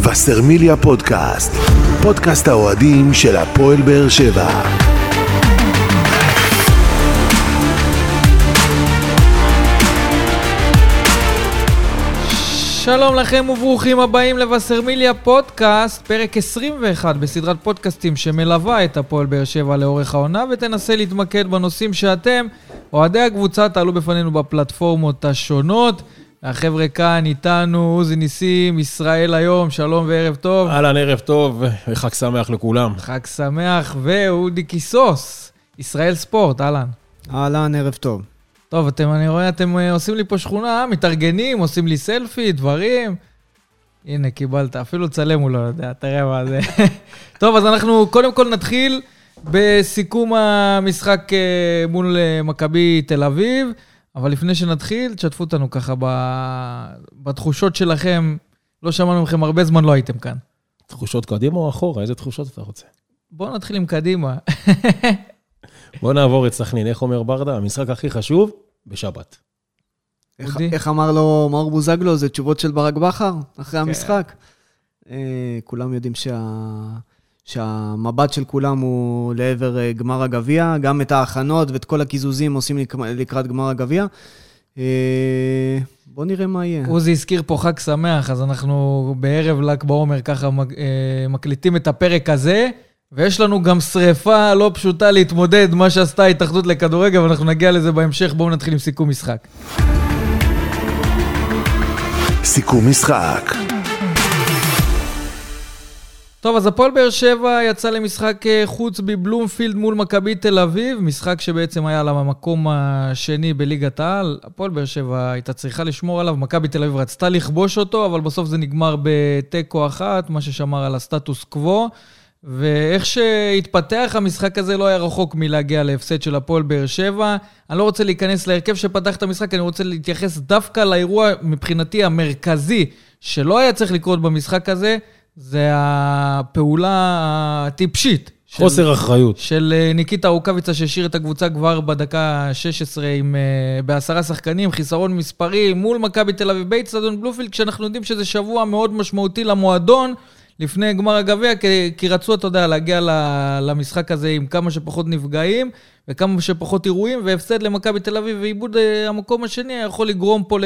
וסרמיליה פודקאסט, פודקאסט האוהדים של הפועל באר שבע. שלום לכם וברוכים הבאים לווסרמיליה פודקאסט, פרק 21 בסדרת פודקאסטים שמלווה את הפועל באר שבע לאורך העונה ותנסה להתמקד בנושאים שאתם, אוהדי הקבוצה, תעלו בפנינו בפלטפורמות השונות. החבר'ה כאן איתנו, עוזי ניסים, ישראל היום, שלום וערב טוב. אהלן, ערב טוב וחג שמח לכולם. חג שמח, ואודי קיסוס, ישראל ספורט, אהלן. אהלן, ערב טוב. טוב, אני רואה, אתם עושים לי פה שכונה, מתארגנים, עושים לי סלפי, דברים. הנה, קיבלת, אפילו צלם הוא לא יודע, תראה מה זה. טוב, אז אנחנו קודם כל נתחיל בסיכום המשחק מול מכבי תל אביב, אבל לפני שנתחיל, תשתפו אותנו ככה בתחושות שלכם. לא שמענו מכם הרבה זמן, לא הייתם כאן. תחושות קדימה או אחורה? איזה תחושות אתה רוצה? בואו נתחיל עם קדימה. בואו נעבור את סכנין. איך אומר ברדה? המשחק הכי חשוב בשבת. איך אמר לו מאור בוזגלו? זה תשובות של ברק בכר אחרי המשחק. כולם יודעים שהמבט של כולם הוא לעבר גמר הגביע, גם את ההכנות ואת כל הכיזוזים עושים לקראת גמר הגביע. בוא נראה מה יהיה. עוזי הזכיר פה חג שמח, אז אנחנו בערב ל"ג בעומר ככה מקליטים את הפרק הזה, ויש לנו גם שריפה לא פשוטה להתמודד, מה שעשתה ההתאחדות לכדורגל, ואנחנו נגיע לזה בהמשך. בואו נתחיל עם סיכום משחק. סיכום משחק. טוב, אז הפועל באר שבע יצא למשחק חוץ בבלומפילד מול מכבי תל אביב, משחק שבעצם היה לה במקום השני בליגת העל. הפועל באר שבע הייתה צריכה לשמור עליו, מכבי תל אביב רצתה לכבוש אותו, אבל בסוף זה נגמר בטקו אחת, מה ששמר על הסטטוס קוו, ואיך שהתפתח המשחק הזה לא היה רחוק מלהגיע להפסד של הפועל באר שבע. אני לא רוצה להיכנס להרכב שפתח את המשחק, אני רוצה להתייחס דווקא לאירוע מבחינתי המרכזי שלא היה צריך לקרות במשחק הזה, זה הפעולה הטיפשית. חוסר אחריות. של ניקיטה רוקאביצה שהשאיר את הקבוצה כבר בדקה 16 ב10 שחקנים, חיסרון מספרי מול מכבי תל אביב באצטדיון בלומפילד, כשאנחנו יודעים שזה שבוע מאוד משמעותי למועדון, לפני גמר הגביע, כי רצו, אתה יודע, להגיע למשחק הזה עם כמה שפחות נפגעים, וכמה שפחות אירועים, והפסד למכבי תל אביב, ואיבוד המקום השני, יכול לגרום פה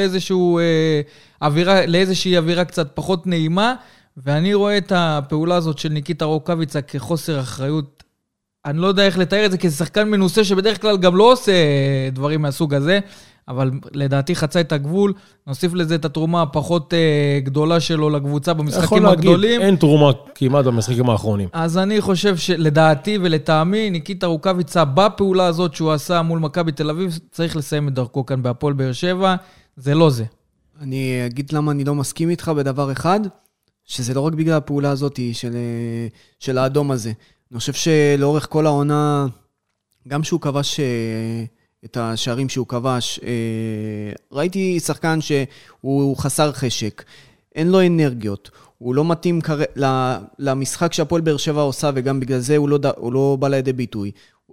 לאיזושהי אווירה קצת פחות נעימה, ואני רואה את הפעולה הזאת של ניקיטה רוקאביצה כחוסר אחריות. אני לא יודע איך לתאר את זה, כי זה שחקן מנוסה שבדרך כלל גם לא עושה דברים מהסוג הזה, אבל לדעתי חצה את הגבול. נוסיף לזה את התרומה הפחות גדולה שלו לקבוצה במשחקים הגדולים. להגיד, אין תרומה כמעט במשחקים האחרונים. אז אני חושב שלדעתי ולטעמי, ניקיטה רוקאביצה בפעולה הזאת שהוא עשה מול מכבי תל אביב, צריך לסיים את דרכו כאן בהפועל באר שבע. זה לא זה. אני אגיד למה אני לא מסכים איתך בדבר אחד, שזה לא רק בגלל הפעולה הזאת של האדום הזה. אני חושב שלאורך כל העונה, גם שהוא כבש את השערים שהוא כבש, ראיתי שחקן שהוא חסר חשק, אין לו אנרגיות, הוא לא מתאים למשחק שהפועל באר שבע עושה, וגם בגלל זה הוא לא בא לידי ביטוי.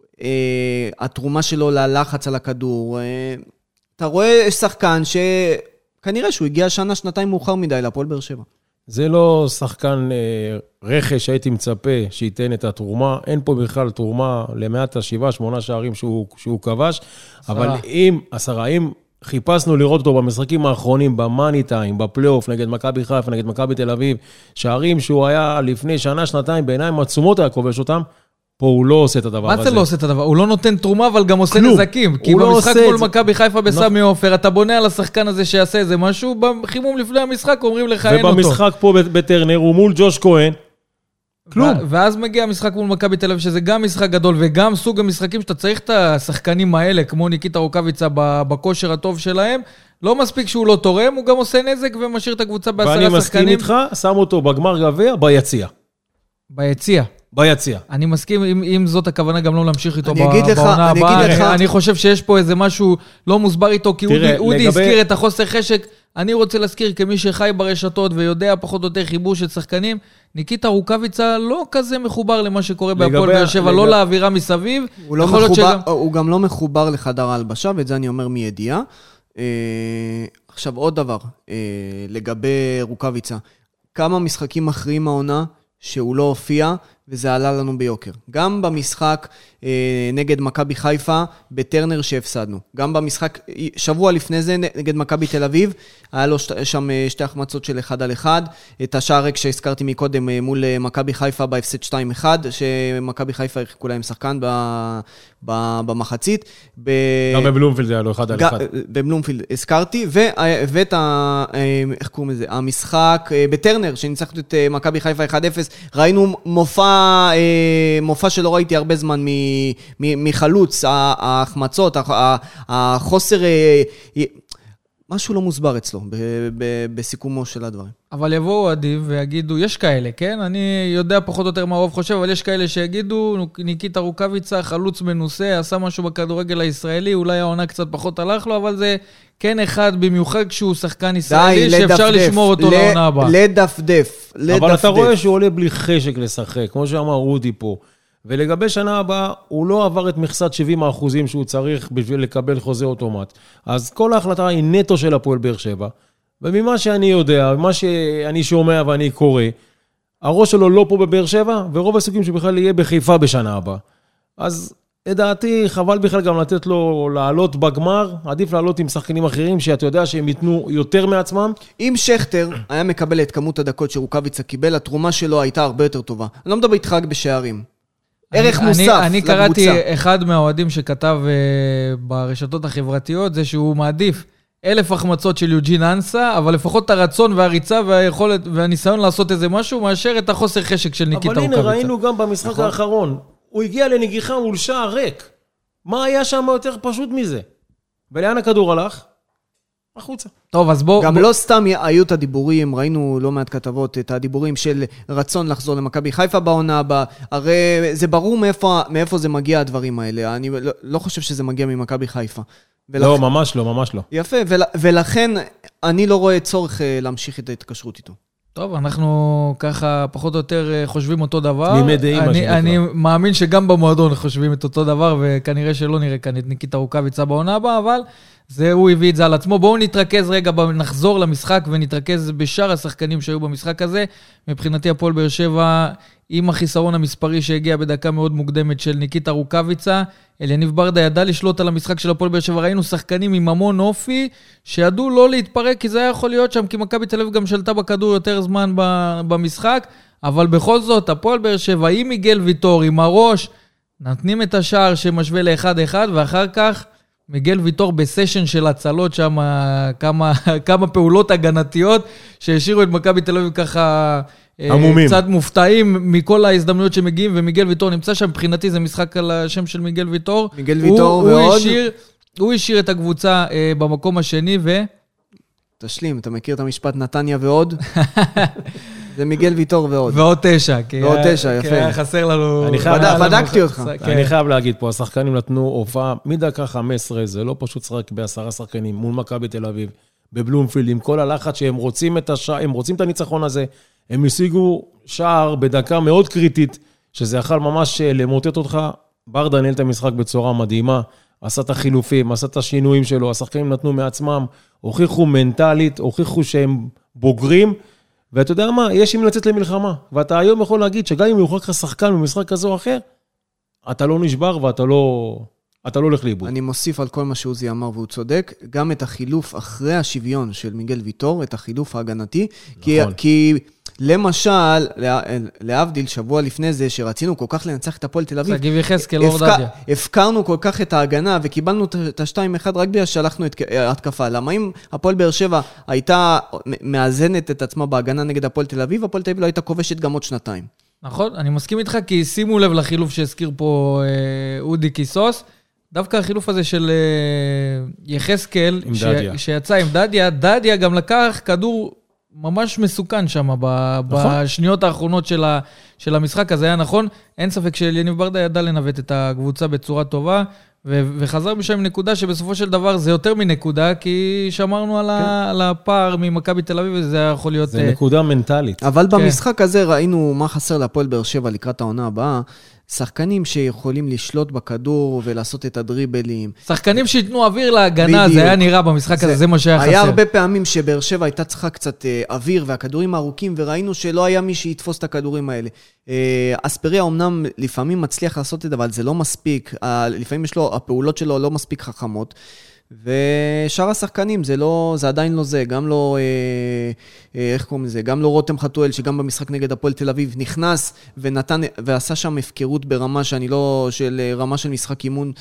התרומה שלו ללחץ על הכדור, אתה רואה שחקן שכנראה שהוא הגיע שנתיים מאוחר מדי לפועל באר שבע. זה לא שחקן רכש שהייתי מצפה שייתן את התרומה, אין פה בכלל תרומה למעט 7-8 שערים שהוא כבש, אבל אם חיפשנו לראות אותו במשחקים האחרונים, במאני טיים, בפלייאוף, נגד מכבי חיפה, נגד מכבי תל אביב, שערים שהוא היה לפני שנתיים, בעיניים עצומות היה כובש אותם, פה הוא לא עושה את הדבר הזה. מה זה לא עושה את הדבר? הוא לא נותן תרומה, אבל גם עושה נזקים. כי במשחק מול מכבי חיפה בסמי עופר, אתה בונה על השחקן הזה שיעשה איזה משהו, בחימום לפני המשחק אומרים לך אין אותו. ובמשחק פה בטרנר הוא מול ג'וש כהן, כלום. ואז מגיע המשחק מול מכבי תל אביב, שזה גם משחק גדול, וגם סוג המשחקים שאתה צריך את השחקנים האלה, כמו ניקיטה רוקאביצה בכושר הטוב שלהם, לא מספיק שהוא לא תורם, הוא גם עושה נזק ומשאיר את הקבוצה בעשרה שחקנים. ואני מסכים איתך, שם אותו בגמר גביע ביציע. ביציע. אני מסכים, אם זאת הכוונה גם לא להמשיך איתו בעונה הבאה. אני חושב שיש פה איזה משהו לא מוסבר איתו, כי אודי הזכיר את החוסר חשק. אני רוצה להזכיר כמי שחי ברשתות ויודע פחות או יותר חיבור של שחקנים, ניקיטה רוקאביצה לא כזה מחובר למה שקורה בהפועל באר שבע, לא לאווירה מסביב. הוא גם לא מחובר לחדר ההלבשה, ואת זה אני אומר מידיעה. עכשיו עוד דבר, לגבי רוקאביצה. כמה משחקים מכריעים העונה שהוא לא הופיע, וזה עלה לנו ביוקר. גם במשחק נגד מכבי חיפה, בטרנר שהפסדנו. גם במשחק, שבוע לפני זה, נגד מכבי תל אביב, היה לו שם שתי החמצות של 1-1, את השער ריק שהזכרתי מקודם מול מכבי חיפה בהפסד 2-1, שמכבי חיפה הרחיקו להם שחקן במחצית. גם בבלומפילד היה לו 1-1. בבלומפילד הזכרתי, ואת איך קוראים לזה? המשחק בטרנר, שניצחנו את מכבי חיפה 1-0, ראינו מופע שלא ראיתי הרבה זמן מחלוץ, ההחמצות, החוסר, משהו לא מוסבר אצלו בסיכומו של הדברים. אבל יבואו אוהדים ויגידו, יש כאלה, כן? אני יודע פחות או יותר מה הרוב חושב, אבל יש כאלה שיגידו, ניקיטה רוקאביצה, חלוץ מנוסה, עשה משהו בכדורגל הישראלי, אולי העונה קצת פחות הלך לו, אבל זה כן אחד במיוחד כשהוא שחקן ישראלי, שאפשר לשמור אותו לעונה הבאה. לדפדף. אבל אתה רואה שהוא עולה בלי חשק לשחק, כמו שאמר רודי פה. ולגבי שנה הבאה, הוא לא עבר את מכסת 70% שהוא צריך בשביל לקבל חוזה אוטומט. אז כל ההחלטה היא נטו של הפועל באר שבע. וממה שאני יודע, ממה שאני שומע ואני קורא, הראש שלו לא פה בבאר שבע, ורוב הסיכויים שבכלל יהיה בחיפה בשנה הבאה. אז לדעתי, חבל בכלל גם לתת לו לעלות בגמר, עדיף לעלות עם שחקנים אחרים, שאתה יודע שהם ייתנו יותר מעצמם. אם שכטר היה מקבל את כמות הדקות שרוקאביצה קיבל, התרומה שלו הייתה הרבה יותר טובה. אני לא מדבר איתך רק בשערים. ערך מוסף לקבוצה. אני קראתי אחד מהאוהדים שכתב ברשתות החברתיות, זה שהוא מעדיף 1,000 החמצות של יוג'ין אנסה, אבל לפחות את הרצון והריצה והיכולת והניסיון לעשות איזה משהו, מאשר את החוסר חשק של ניקיטה רוקאביצה. אבל הנה ראינו גם במשחק האחרון, הוא הגיע לנגיחה מול שער ריק. מה היה שם יותר פשוט מזה? ולאן הכדור הלך? החוצה. טוב, אז בוא... גם לא סתם היו את הדיבורים, ראינו לא מעט כתבות, את הדיבורים של רצון לחזור למכבי חיפה בעונה הבאה, הרי זה ברור מאיפה זה מגיע הדברים האלה, אני לא חושב שזה מגיע ממכבי חיפה. לא, ממש לא, ממש לא. יפה, ולכן אני לא רואה צורך להמשיך את ההתקשרות איתו. טוב, אנחנו ככה פחות או יותר חושבים אותו דבר. תמימי דעים, מה שנקרא. אני מאמין שגם במועדון חושבים את אותו דבר, וכנראה שלא נראה כאן את ניקיטה רוקאביצה בעונה הבאה, אבל הוא הביא את זה על עצמו. בואו נתרכז רגע, נחזור למשחק ונתרכז בשאר השחקנים שהיו במשחק הזה. מבחינתי הפועל באר שבע, עם החיסרון המספרי שהגיע בדקה מאוד מוקדמת של ניקיטה רוקאביצה, אליניב ברדה ידע לשלוט על המשחק של הפועל באר שבע, ראינו שחקנים עם המון אופי, שידעו לא להתפרק, כי זה היה יכול להיות שם, כי מכבי תל אביב גם שלטה בכדור יותר זמן במשחק, אבל בכל זאת, הפועל באר שבע עם מיגל ויטור, עם הראש, נתנים את השער שמשווה ל-1-1, ואחר כך מיגל ויטור בסשן של הצלות שם, כמה פעולות הגנתיות, שהשאירו את מכבי תל אביב ככה... עמומים. קצת מופתעים מכל ההזדמנויות שמגיעים, ומיגל ויטור נמצא שם, מבחינתי זה משחק על השם של מיגל ויטור. מיגל ויטור ועוד. הוא השאיר את הקבוצה במקום השני, תשלים, אתה מכיר את המשפט נתניה ועוד? זה מיגל ויטור ועוד. ועוד 9. ועוד 9, יפה. כי היה חסר לנו... בדקתי אותך. אני חייב להגיד פה, השחקנים נתנו הופעה מדקה 15, זה לא פשוט שחק ב10 שחקנים מול מכבי תל אביב, בבלומפילד, עם כל הלחץ שהם רוצים הם רוצים את הניצחון הזה, הם השיגו שער בדקה מאוד קריטית, שזה יכול ממש למוטט אותך. ברדה ניהל את המשחק בצורה מדהימה, עשה את החילופים, עשה את השינויים שלו, השחקנים נתנו מעצמם, הוכיחו מנטלית, הוכיחו שהם בוגרים, ואתה יודע מה, יש אם לצאת למלחמה, ואתה היום יכול להגיד שגם אם יוחק לך שחקן במשחק כזה או אחר, אתה לא נשבר ואתה לא הולך לאיבוד. אני מוסיף על כל מה שעוזי אמר והוא צודק, גם את החילוף אחרי השוויון של מיגל ויטור, את החילוף ההגנתי, נכון. כי למשל, להבדיל שבוע לפני זה, שרצינו כל כך לנצח את הפועל תל אביב, סגיב יחזקאל אור דדיה. הפקרנו כל כך את ההגנה, וקיבלנו את ה-2-1 רק בגלל שהלכנו את התקפה. למה אם הפועל באר שבע הייתה מאזנת את עצמה בהגנה נגד הפועל תל אביב, הפועל תל אביב לא הייתה כובשת גם עוד 2. נכון, אני מסכים איתך, כי שימו לב לחילוף שהזכיר פה אודי קיסוס, דווקא החילוף הזה של יחזקאל, שיצא עם דדיה, דדיה גם לקח כדור ממש מסוכן שם, בשניות האחרונות של המשחק הזה, היה נכון, אין ספק שאליניב ברדה ידע לנווט את הקבוצה בצורה טובה, וחזר משם עם נקודה שבסופו של דבר זה יותר מנקודה, כי שמרנו על הפער ממכבי תל אביב, וזה יכול להיות... זה נקודה מנטלית. אבל במשחק הזה ראינו מה חסר להפועל באר שבע לקראת העונה הבאה, שחקנים שיכולים לשלוט בכדור ולעשות את הדריבלים. שחקנים שיתנו אוויר להגנה, זה היה נראה במשחק הזה, זה מה שהיה חסר. היה הרבה פעמים שבאר שבע הייתה צריכה קצת אוויר והכדורים ארוכים, וראינו שלא היה מי שיתפוס את הכדורים האלה. אספריה אמנם לפעמים מצליח לעשות את זה, אבל זה לא מספיק. לפעמים הפעולות שלו לא מספיק חכמות. ושאר השחקנים, זה עדיין לא זה, גם לא, איך קוראים לזה, גם לא רותם חתואל, שגם במשחק נגד הפועל תל אביב נכנס ונתן, ועשה שם הפקרות ברמה של רמה של משחק אימון,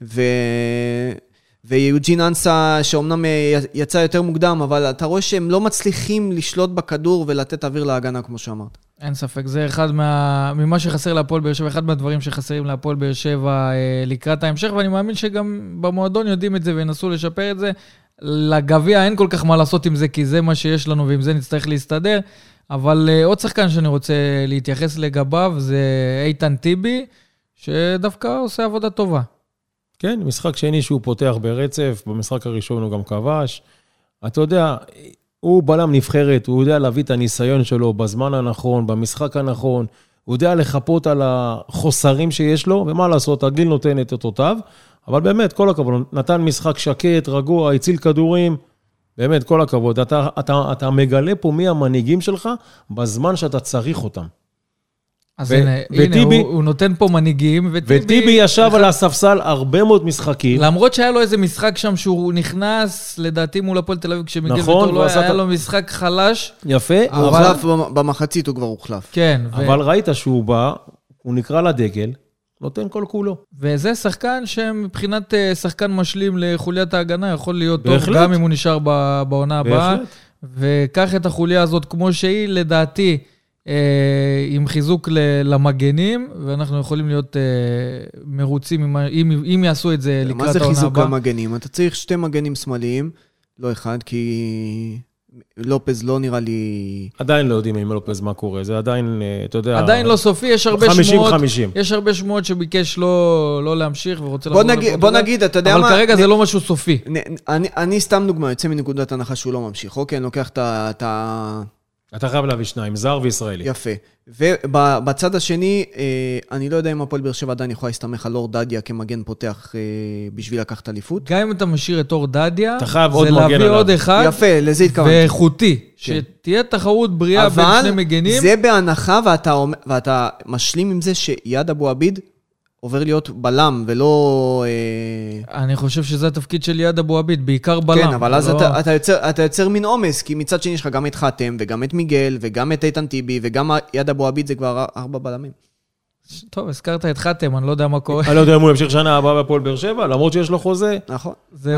ויוג'ין אנסה, שאומנם יצא יותר מוקדם, אבל אתה רואה שהם לא מצליחים לשלוט בכדור ולתת אוויר להגנה, כמו שאמרת. אין ספק, זה אחד ממה שחסר להפועל באר שבע, אחד מהדברים שחסרים להפועל באר שבע לקראת ההמשך, ואני מאמין שגם במועדון יודעים את זה וינסו לשפר את זה. לגביע אין כל כך מה לעשות עם זה, כי זה מה שיש לנו ועם זה נצטרך להסתדר, אבל עוד שחקן שאני רוצה להתייחס לגביו זה איתן טיבי, שדווקא עושה עבודה טובה. כן, משחק שני שהוא פותח ברצף, במשחק הראשון הוא גם כבש. אתה יודע, הוא בלם נבחרת, הוא יודע להביא את הניסיון שלו בזמן הנכון, במשחק הנכון, הוא יודע לחפות על החוסרים שיש לו, ומה לעשות, הגיל נותן את אותותיו, אבל באמת, כל הכבוד, נתן משחק שקט, רגוע, הציל כדורים, באמת, כל הכבוד. אתה מגלה פה מי המנהיגים שלך, בזמן שאתה צריך אותם. אז הנה, הוא נותן פה מנהיגים, וטיבי ישב על הספסל הרבה מאוד משחקים. למרות שהיה לו איזה משחק שם שהוא נכנס, לדעתי מול הפועל תל אביב, כשמיגל ויטור לא היה לו משחק חלש. יפה. הוא הוחלף במחצית, הוא כבר הוחלף. כן. אבל ראית שהוא בא, הוא נקרא לדגל, נותן כל כולו. וזה שחקן שמבחינת שחקן משלים לחוליית ההגנה, יכול להיות טוב, גם אם הוא נשאר בעונה הבאה. וקח את החוליה הזאת כמו שהיא, לדעתי, עם חיזוק למגנים, ואנחנו יכולים להיות מרוצים אם יעשו את זה לקראת העונה הבאה. מה זה חיזוק למגנים? אתה צריך שתי מגנים שמאליים, לא אחד, כי לופז לא נראה לי... עדיין לא יודעים עם לופז מה קורה, זה עדיין, אתה יודע... עדיין לא סופי, יש הרבה 50-50. שמועות, יש הרבה שמועות שביקש לא להמשיך ורוצה לחזור לפורטוגל. בוא נגיד, אתה יודע מה... אבל כרגע זה לא משהו סופי. אני סתם דוגמה, יוצא מנקודת הנחה שהוא לא ממשיך. אוקיי, אני לוקח את אתה חייב להביא שניים, זר וישראלי. יפה. ובצד השני, אני לא יודע אם הפועל באר שבע עדיין יכולה להסתמך על אור דדיה כמגן פותח בשביל לקחת אליפות. גם אם אתה משאיר את אור דדיה, זה להביא עוד אחד. יפה, לזה התכוונתי. ואיכותי. שתהיה תחרות בריאה בין שני מגנים. זה בהנחה, ואתה משלים עם זה שיד אבו עביד עובר להיות בלם, ולא... אני חושב שזה התפקיד של יד אבו עביד, בעיקר בלם. כן, אבל אז אתה יוצר מין עומס, כי מצד שני יש לך גם את חתם, וגם את מיגל, וגם את איתן טיבי, וגם יד אבו עביד זה כבר 4 בלמים. טוב, הזכרת את חתם, אני לא יודע מה קורה. אני לא יודע אם הוא ימשיך שנה הבאה בפועל באר שבע, למרות שיש לו חוזה. נכון.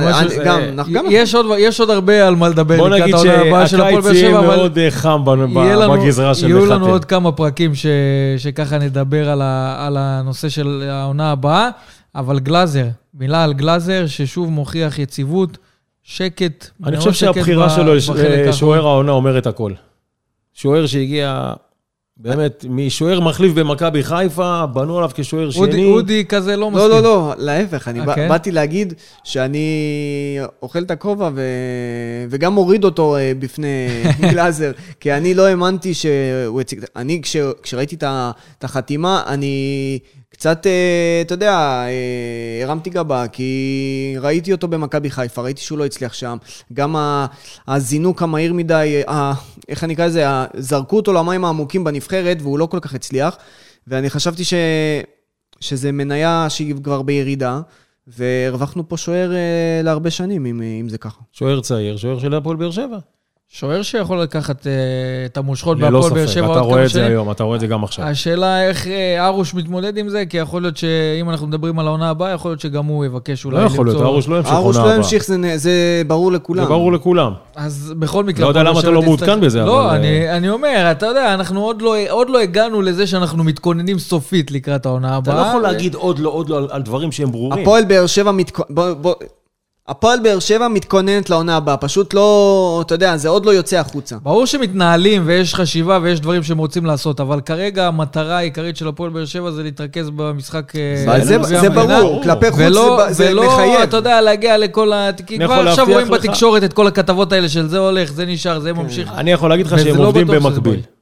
יש עוד הרבה על מה לדבר. בוא נגיד שהקיץ יהיה מאוד חם בגזרה של חתם. יהיו לנו עוד כמה פרקים שככה נדבר על הנושא של העונה הבאה, אבל גלאזר, מילה על גלאזר, ששוב מוכיח יציבות, שקט. אני חושב שהבחירה שלו שוער העונה אומרת הכל. שוער שהגיע... באמת, משוער מחליף במכבי חיפה, בנו עליו כשוער שני. אודי כזה לא מסכים. לא, להפך, אני באתי להגיד שאני אוכל את הכובע וגם מוריד אותו בפני גלאזר, כי אני לא האמנתי שהוא הציג, אני כשראיתי את החתימה, אני קצת, אתה יודע, הרמתי גבה, כי ראיתי אותו במכבי חיפה, ראיתי שהוא לא הצליח שם, גם הזינוק המהיר מדי, איך אני אקרא לזה, זרקו אותו למים העמוקים בנבחרת, והוא לא כל כך הצליח, ואני חשבתי שזה מניה שהיא כבר בירידה, והרווחנו פה שוער להרבה שנים, אם זה ככה. שוער צעיר, שוער של הפועל באר שבע. שוער שיכול לקחת את המושכות בהפועל באר שבע. אתה רואה את זה היום, אתה רואה את זה גם עכשיו. השאלה איך ארוש מתמודד עם זה, כי יכול להיות שאם אנחנו מדברים על העונה הבאה, יכול להיות שגם הוא יבקש אולי למצוא... לא יכול להיות, ארוש לא ימשיך עונה הבאה. ארוש לא ימשיך, זה ברור לכולם. זה ברור לכולם. אז בכל מקרה... לא יודע למה אתה לא מעודכן בזה, אבל... לא, אני אומר, אתה יודע, אנחנו עוד לא הגענו לזה שאנחנו מתכוננים סופית לקראת העונה הבאה. אתה לא יכול להגיד עוד לא על דברים שהם ברורים. הפועל באר שבע הפועל באר שבע מתכוננת לעונה הבאה, פשוט לא, אתה יודע, זה עוד לא יוצא החוצה. ברור שמתנהלים ויש חשיבה ויש דברים שהם רוצים לעשות, אבל כרגע המטרה העיקרית של הפועל באר שבע זה להתרכז במשחק... זה ברור, כלפי חוץ זה מחייב. ולא, אתה יודע, להגיע לכל התיקים, כבר עכשיו רואים בתקשורת את כל הכתבות האלה של זה הולך, זה נשאר, זה ממשיך. אני יכול להגיד לך שהם עובדים במקביל.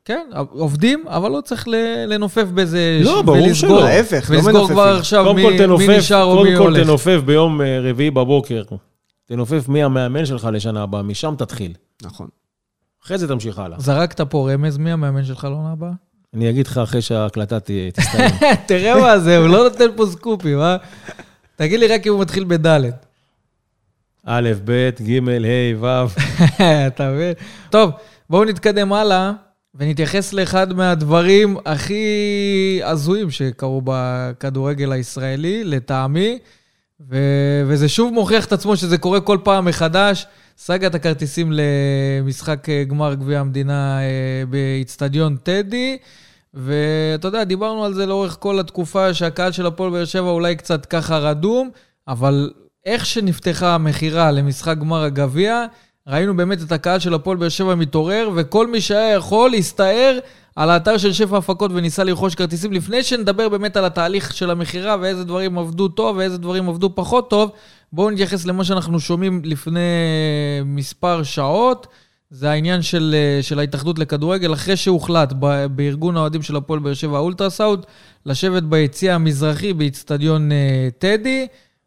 כן, עובדים, אבל לא צריך לנופף בזה. לא, ברור שלא. להפך, לא ולסגור כבר עכשיו מי נשאר או מי הולך. קודם כל תנופף ביום רביעי בבוקר. תנופף מי המאמן שלך לשנה הבאה, משם תתחיל. נכון. אחרי זה תמשיך הלאה. זרקת פה רמז, מי המאמן שלך לעונה הבאה? אני אגיד לך אחרי שההקלטה תסתיים. תראה מה זה, הוא לא נותן פה סקופים, אה? תגיד לי רק אם הוא מתחיל בדלת. א', ב', ג', ה', ו'. אתה מבין? טוב, בואו נתקדם הלאה, ונתייחס לאחד מהדברים הכי הזויים שקרו בכדורגל הישראלי, לטעמי, וזה שוב מוכיח את עצמו שזה קורה כל פעם מחדש, סגת הכרטיסים למשחק גמר גביע המדינה באצטדיון טדי, ואתה יודע, דיברנו על זה לאורך כל התקופה שהקהל של הפועל באר שבע אולי קצת ככה רדום, אבל איך שנפתחה המחירה למשחק גמר הגביע, ראינו באמת את הקהל של הפועל באר שבע מתעורר, וכל מי שהיה יכול להסתער על האתר של שפע הפקות וניסה לרכוש כרטיסים, לפני שנדבר באמת על התהליך של המחירה, ואיזה דברים עבדו טוב ואיזה דברים עבדו פחות טוב. בואו נתייחס למה שאנחנו שומעים לפני מספר שעות, זה העניין של ההתאחדות לכדורגל, אחרי שהוחלט בארגון האוהדים של הפועל באר שבע אולטרסאונד, לשבת ביציע המזרחי באצטדיון טדי,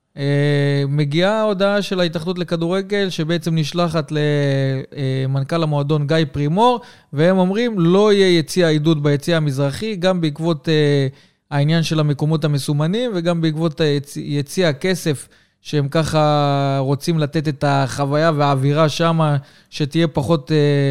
מגיעה הודעה של ההתאחדות לכדורגל, שבעצם נשלחת למנכ"ל המועדון גיא פרימור, והם אומרים, לא יהיה יציע עידוד ביציע המזרחי, גם בעקבות העניין של המקומות המסומנים, וגם בעקבות יציע הכסף, שהם ככה רוצים לתת את החוויה והאווירה שם, שתהיה פחות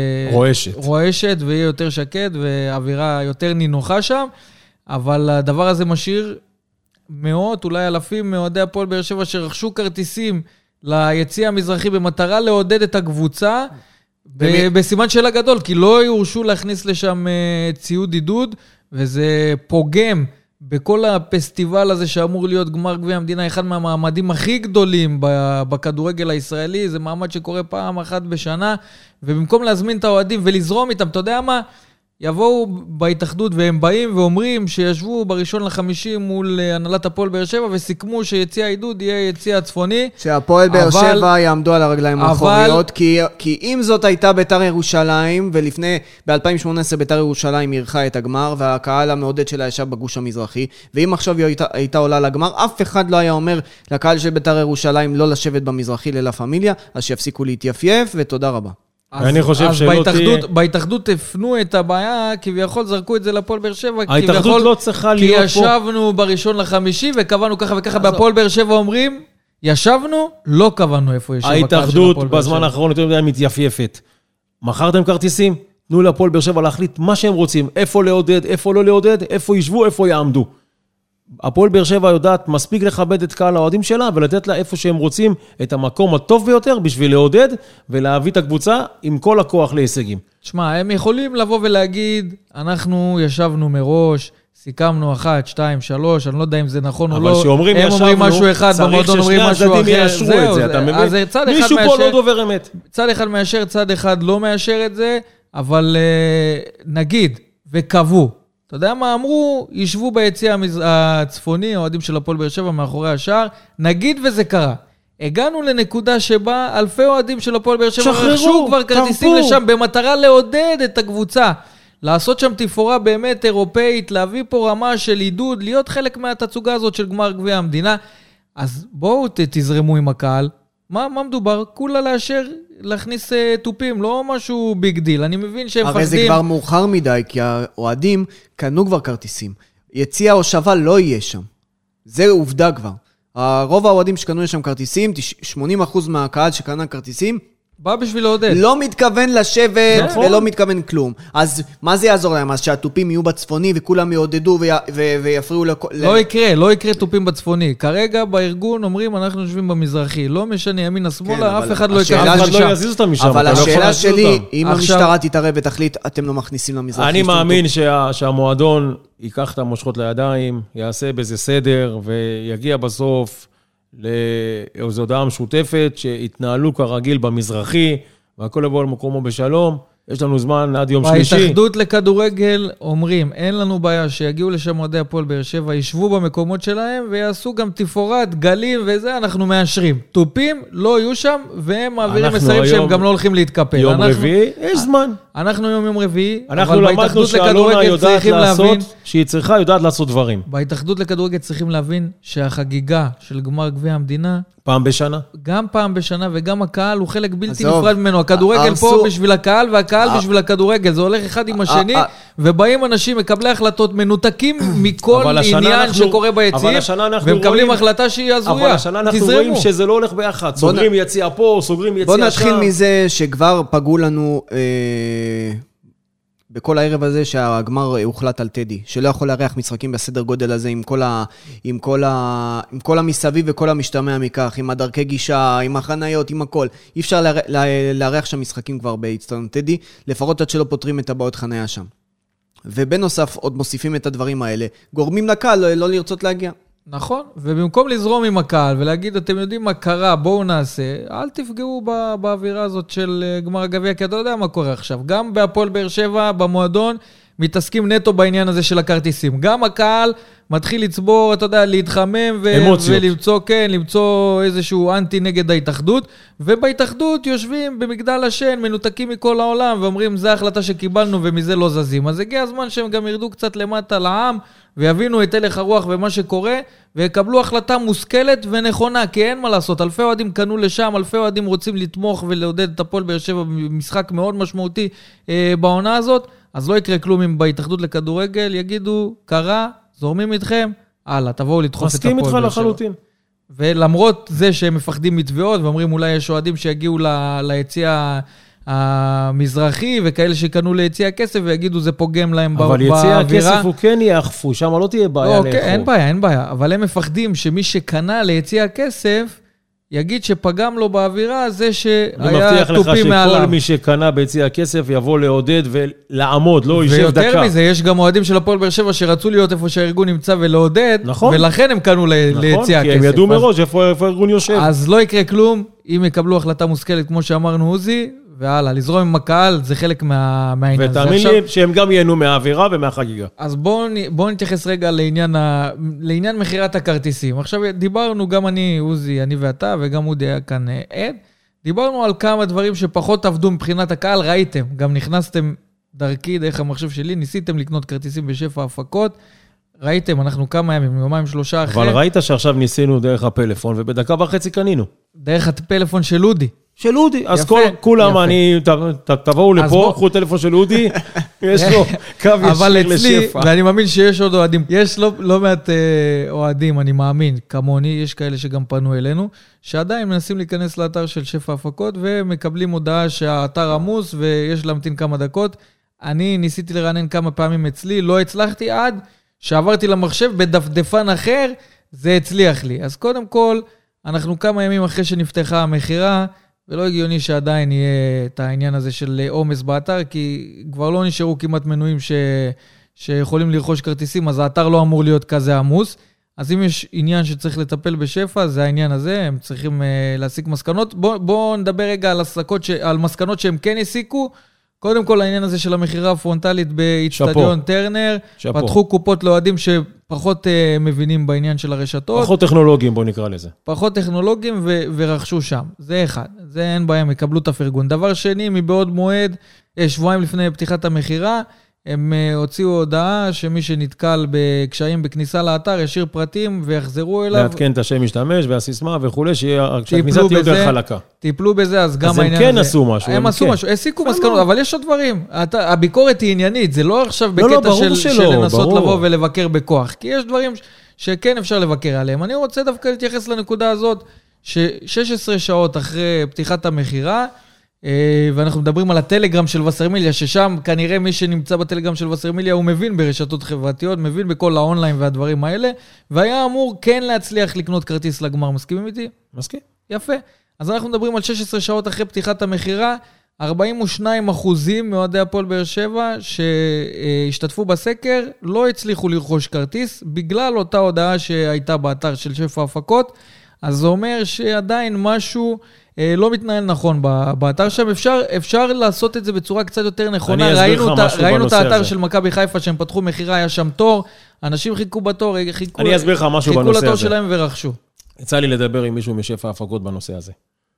רועשת, ויהיה יותר שקט, ואווירה יותר נינוחה שם, אבל הדבר הזה משאיר מאות, אולי אלפים מאוהדי הפועל באר שבע שרכשו כרטיסים ליציע המזרחי במטרה לעודד את הקבוצה, בסימן שאלה גדול, כי לא יורשו להכניס לשם ציוד עידוד, וזה פוגם בכל הפסטיבל הזה שאמור להיות גמר גביע המדינה, אחד מהמעמדים הכי גדולים בכדורגל הישראלי, זה מעמד שקורה פעם אחת בשנה, ובמקום להזמין את האוהדים ולזרום איתם, אתה יודע מה? יבואו בהתאחדות והם באים ואומרים שישבו ב1.5 מול הנהלת הפועל באר שבע וסיכמו שיציע העידוד יהיה יציע הצפוני. שהפועל באר שבע יעמדו על הרגליים האחוריות, כי אם זאת הייתה בית"ר ירושלים, ולפני ב-2018 בית"ר ירושלים אירחה את הגמר, והקהל המעודד שלה ישב בגוש המזרחי, ואם עכשיו היא הייתה עולה לגמר, אף אחד לא היה אומר לקהל של בית"ר ירושלים לא לשבת במזרחי ללה פמיליה, אז שיפסיקו להתייפייף ותודה רבה. אני חושב שלא תהיה... בהתאחדות הפנו את הבעיה, כביכול זרקו את זה לפועל באר שבע, ההתאחדות לא צריכה להיות פה. כי ישבנו ב1.5 וקבענו ככה וככה, בהפועל באר שבע אומרים, ישבנו, לא קבענו איפה ישב. ההתאחדות בזמן האחרון יותר מדי מתייפייפת. מכרתם כרטיסים, תנו לפועל באר שבע להחליט מה שהם רוצים, איפה לעודד, איפה לא לעודד, איפה ישבו, איפה יעמדו. הפועל באר שבע יודעת מספיק לכבד את קהל האוהדים שלה, ולתת לה איפה שהם רוצים את המקום הטוב ביותר, בשביל לעודד ולהביא את הקבוצה עם כל הכוח להישגים. תשמע, הם יכולים לבוא ולהגיד, אנחנו ישבנו מראש, סיכמנו 1, 2, 3, אני לא יודע אם זה נכון או לא. אבל שאומרים ישבנו, הם אומרים משהו אחד, במועדון אומרים משהו אחר. יאשרו את זה, אתה מבין? מישהו פה לא דובר אמת. צד אחד מאשר, צד אחד לא מאשר את זה, אבל נגיד, וקבעו. אתה יודע מה אמרו? ישבו ביציע הצפוני, האוהדים של הפועל באר שבע מאחורי השער, נגיד וזה קרה. הגענו לנקודה שבה אלפי אוהדים של הפועל באר שבע רכשו כבר כרטיסים לשם, במטרה לעודד את הקבוצה, לעשות שם תפאורה באמת אירופאית, להביא פה רמה של עידוד, להיות חלק מהתצוגה הזאת של גמר גביע המדינה. אז בואו תזרמו עם הקהל. מה מדובר? כולה לאשר להכניס טופים, לא משהו ביג דיל. אני מבין שהם הרי זה כבר מאוחר מדי, כי האוהדים קנו כבר כרטיסים. יציע או שווה לא יהיה שם. זה עובדה כבר. רוב האוהדים שקנו שם כרטיסים, 80% מהקהל שקנה כרטיסים, בא בשביל לעודד. לא מתכוון לשבת ולא מתכוון כלום. אז מה זה יעזור להם? אז שהטופים יהיו בצפוני וכולם יעודדו ויפריעו לא יקרה טופים בצפוני. כרגע בארגון אומרים אנחנו יושבים במזרחי. לא משנה ימין השמאלה, אף אחד לא יזיז אותם משם. אבל השאלה שלי, אם המשטרה תתערב ותחליט, אתם לא מכניסים למזרחי. אני מאמין שהמועדון ייקח את המושכות לידיים, יעשה בזה סדר ויגיע בסוף לאיזו הודעה משותפת, שהתנהלו כרגיל במזרחי, והכל יבוא על מקומו בשלום, יש לנו זמן עד יום שלישי. בהתאחדות לכדורגל אומרים, אין לנו בעיה שיגיעו לשם אוהדי הפועל באר שבע, ישבו במקומות שלהם ויעשו גם תפאורת, גלים וזה, אנחנו מאשרים. טופים לא יהיו שם, והם מעבירים מסרים שהם גם לא הולכים להתקפל. יום רביעי, יש זמן. אנחנו יום רביעי, אנחנו למדנו שאלונה שהיא צריכה, יודעת לעשות דברים. בהתאחדות לכדורגל צריכים להבין שהחגיגה של גמר גביע המדינה, פעם בשנה? גם פעם בשנה, וגם הקהל הוא חלק בלתי נפרד ממנו. הכדורגל פה בשביל הקהל, והקהל בשביל הכדורגל. זה הולך אחד עם השני, ובאים אנשים, מקבלי החלטות מנותקים מכל עניין שקורה ביציעים, ומקבלים החלטה שהיא הזויה. אבל השנה אנחנו רואים שזה לא הולך ביחד. סוגרים יציאה פה, סוגרים יציאה שם. בוא נתחיל מזה שכבר פגעו לנו בכל הערב הזה שהגמר הוחלט על טדי, שלא יכול לארח משחקים בסדר גודל הזה עם כל המסביב וכל המשתמע מכך, עם הדרכי גישה, עם החניות, עם הכל. אי אפשר לארח שם משחקים כבר באצטדיון טדי, לפחות עד שלא פותרים את הבעיות חניה שם. ובנוסף עוד מוסיפים את הדברים האלה, גורמים לקהל לא לרצות להגיע. נכון, ובמקום לזרום עם הקהל ולהגיד, אתם יודעים מה קרה, בואו נעשה, אל תפגעו באווירה הזאת של גמר הגביע, כי אתה יודע מה קורה עכשיו. גם בהפועל באר שבע, במועדון, מתעסקים נטו בעניין הזה של הכרטיסים. גם הקהל מתחיל לצבור, אתה יודע, להתחמם ולמצוא, כן, למצוא איזשהו אנטי נגד ההתאחדות, ובהתאחדות יושבים במגדל השן, מנותקים מכל העולם, ואומרים, זה ההחלטה שקיבלנו ומזה לא זזים. אז הגיע הזמן שהם גם ירדו קצת למטה לעם, ויבינו את הלך הרוח ומה שקורה, ויקבלו החלטה מושכלת ונכונה, כי אין מה לעשות. אלפי אוהדים קנו לשם, אלפי אוהדים רוצים לתמוך ולעודד את הפועל באר שבע במשחק מאוד משמעותי בעונה הזאת, אז לא יקרה כלום אם בהתאחדות לכדורגל יגידו, קרה, זורמים איתכם, הלאה, תבואו לדחוף את הפועל באר שבע. מסכים איתך לחלוטין. ולמרות זה שהם מפחדים מתביעות, ואומרים אולי יש אוהדים שיגיעו ליציע המזרחי, וכאלה שקנו ליציע הכסף, ויגידו זה פוגם להם באווירה. אבל יציע הכסף הוא כן יאכפו, שם לא תהיה בעיה לאכוף. אין בעיה, אבל הם מפחדים שמי שקנה ליציע הכסף, יגיד שפגם לו באווירה, זה שהיה טופים מעליו. מבטיח לך שכל מי שקנה ביציע הכסף יבוא לעודד ולעמוד, לא יישב דקה. ויותר מזה, יש גם אוהדים של הפועל באר שבע שרצו להיות איפה שהארגון נמצא ולעודד, ולכן הם קנו ליציע הכסף. כי הם ידעו מראש איפה הארגון יושב. אז לא יקרה כלום, אם יקבלו החלטה מושכלת, כמו שאמרנו עוזי, והלאה, לזרום עם הקהל, זה חלק מהעניין. ותאמין לי שהם גם ייהנו מהאווירה ומהחגיגה. אז בואו נתייחס רגע לעניין מחירת הכרטיסים. עכשיו דיברנו, גם אני, עוזי, אני ואתה, וגם אודי היה כאן עד, דיברנו על כמה דברים שפחות עבדו מבחינת הקהל, ראיתם, גם נכנסתם דרכי, דרך המחשב שלי, ניסיתם לקנות כרטיסים בשפע הפקות, ראיתם, אנחנו כמה ימים, יומיים שלושה אחרי. אבל ראית שעכשיו ניסינו דרך הפלאפון, ובדקה וחצי קנינו. דרך הפלאפון של אודי. של אודי, אז כולם, תבואו לפה, קחו טלפון של אודי, יש לו קו ישיר לשפע. ואני מאמין שיש עוד אוהדים, יש לא מעט אוהדים, אני מאמין, כמוני, יש כאלה שגם פנו אלינו, שעדיין מנסים להיכנס לאתר של שפע הפקות, ומקבלים הודעה שהאתר עמוס, ויש להמתין כמה דקות. אני ניסיתי לרענן כמה פעמים אצלי, לא הצלחתי עד שעברתי למחשב בדפדפן אחר, זה הצליח לי. אז קודם כל, אנחנו כמה ימים אחרי שנפתחה המחירה, ולא הגיוני שעדיין יהיה את העניין הזה של עומס באתר, כי כבר לא נשארו כמעט מנויים שיכולים לרכוש כרטיסים, אז האתר לא אמור להיות כזה עמוס. אז אם יש עניין שצריך לטפל בשפע, זה העניין הזה, הם צריכים להסיק מסקנות. בואו נדבר רגע על מסקנות שהם כן הסיקו. קודם כל, העניין הזה של המחירה הפרונטלית באצטדיון טרנר, פתחו קופות לאוהדים שפחות מבינים בעניין של הרשתות. פחות טכנולוגיים, בוא נקרא לזה. פחות טכנולוגיים ורכשו שם. זה אחד. זה אין בעיה, הם יקבלו את הפרגון. דבר שני, מבעוד מועד, שבועיים לפני פתיחת המחירה, הם הוציאו הודעה שמי שנתקל בקשיים בכניסה לאתר, ישיר פרטים ויחזרו אליו. להתקן את השם משתמש והסיסמה וכו', שהכניסה תהיה יותר חלקה. טיפלו בזה, אז גם העניין הזה. אז הם כן עשו משהו. הם עשו משהו, הסיקו מסקנות, אבל יש עוד דברים. הביקורת היא עניינית, זה לא עכשיו בקטע של לנסות לבוא ולבקר בכוח, כי יש דברים שכן אפשר לבקר עליהם. אני רוצה דווקא להתייחס לנקודה הזאת, ש16 שעות אחרי פתיחת המחירה, ואנחנו מדברים על הטלגרם של וסרמיליה, ששם כנראה מי שנמצא בטלגרם של וסרמיליה, הוא מבין ברשתות חברתיות, מבין בכל האונליין והדברים האלה, והיה אמור כן להצליח לקנות כרטיס לגמר. מסכימים איתי? מסכים. יפה. אז אנחנו מדברים על 16 שעות אחרי פתיחת המחירה, 42% מאוהדי הפועל באר שבע שהשתתפו בסקר, לא הצליחו לרכוש כרטיס, בגלל אותה הודעה שהייתה באתר של שפע הפקות, אז זה אומר שעדיין משהו לא מתנהל נכון באתר שם. אפשר לעשות את זה בצורה קצת יותר נכונה. ראינו את האתר של מכבי חיפה שהם פתחו מחירה, היה שם תור, אנשים חיכו בתור, חיכו לתור שלהם ורכשו. יצא לי לדבר עם מישהו משפע ההפקות בנושא הזה.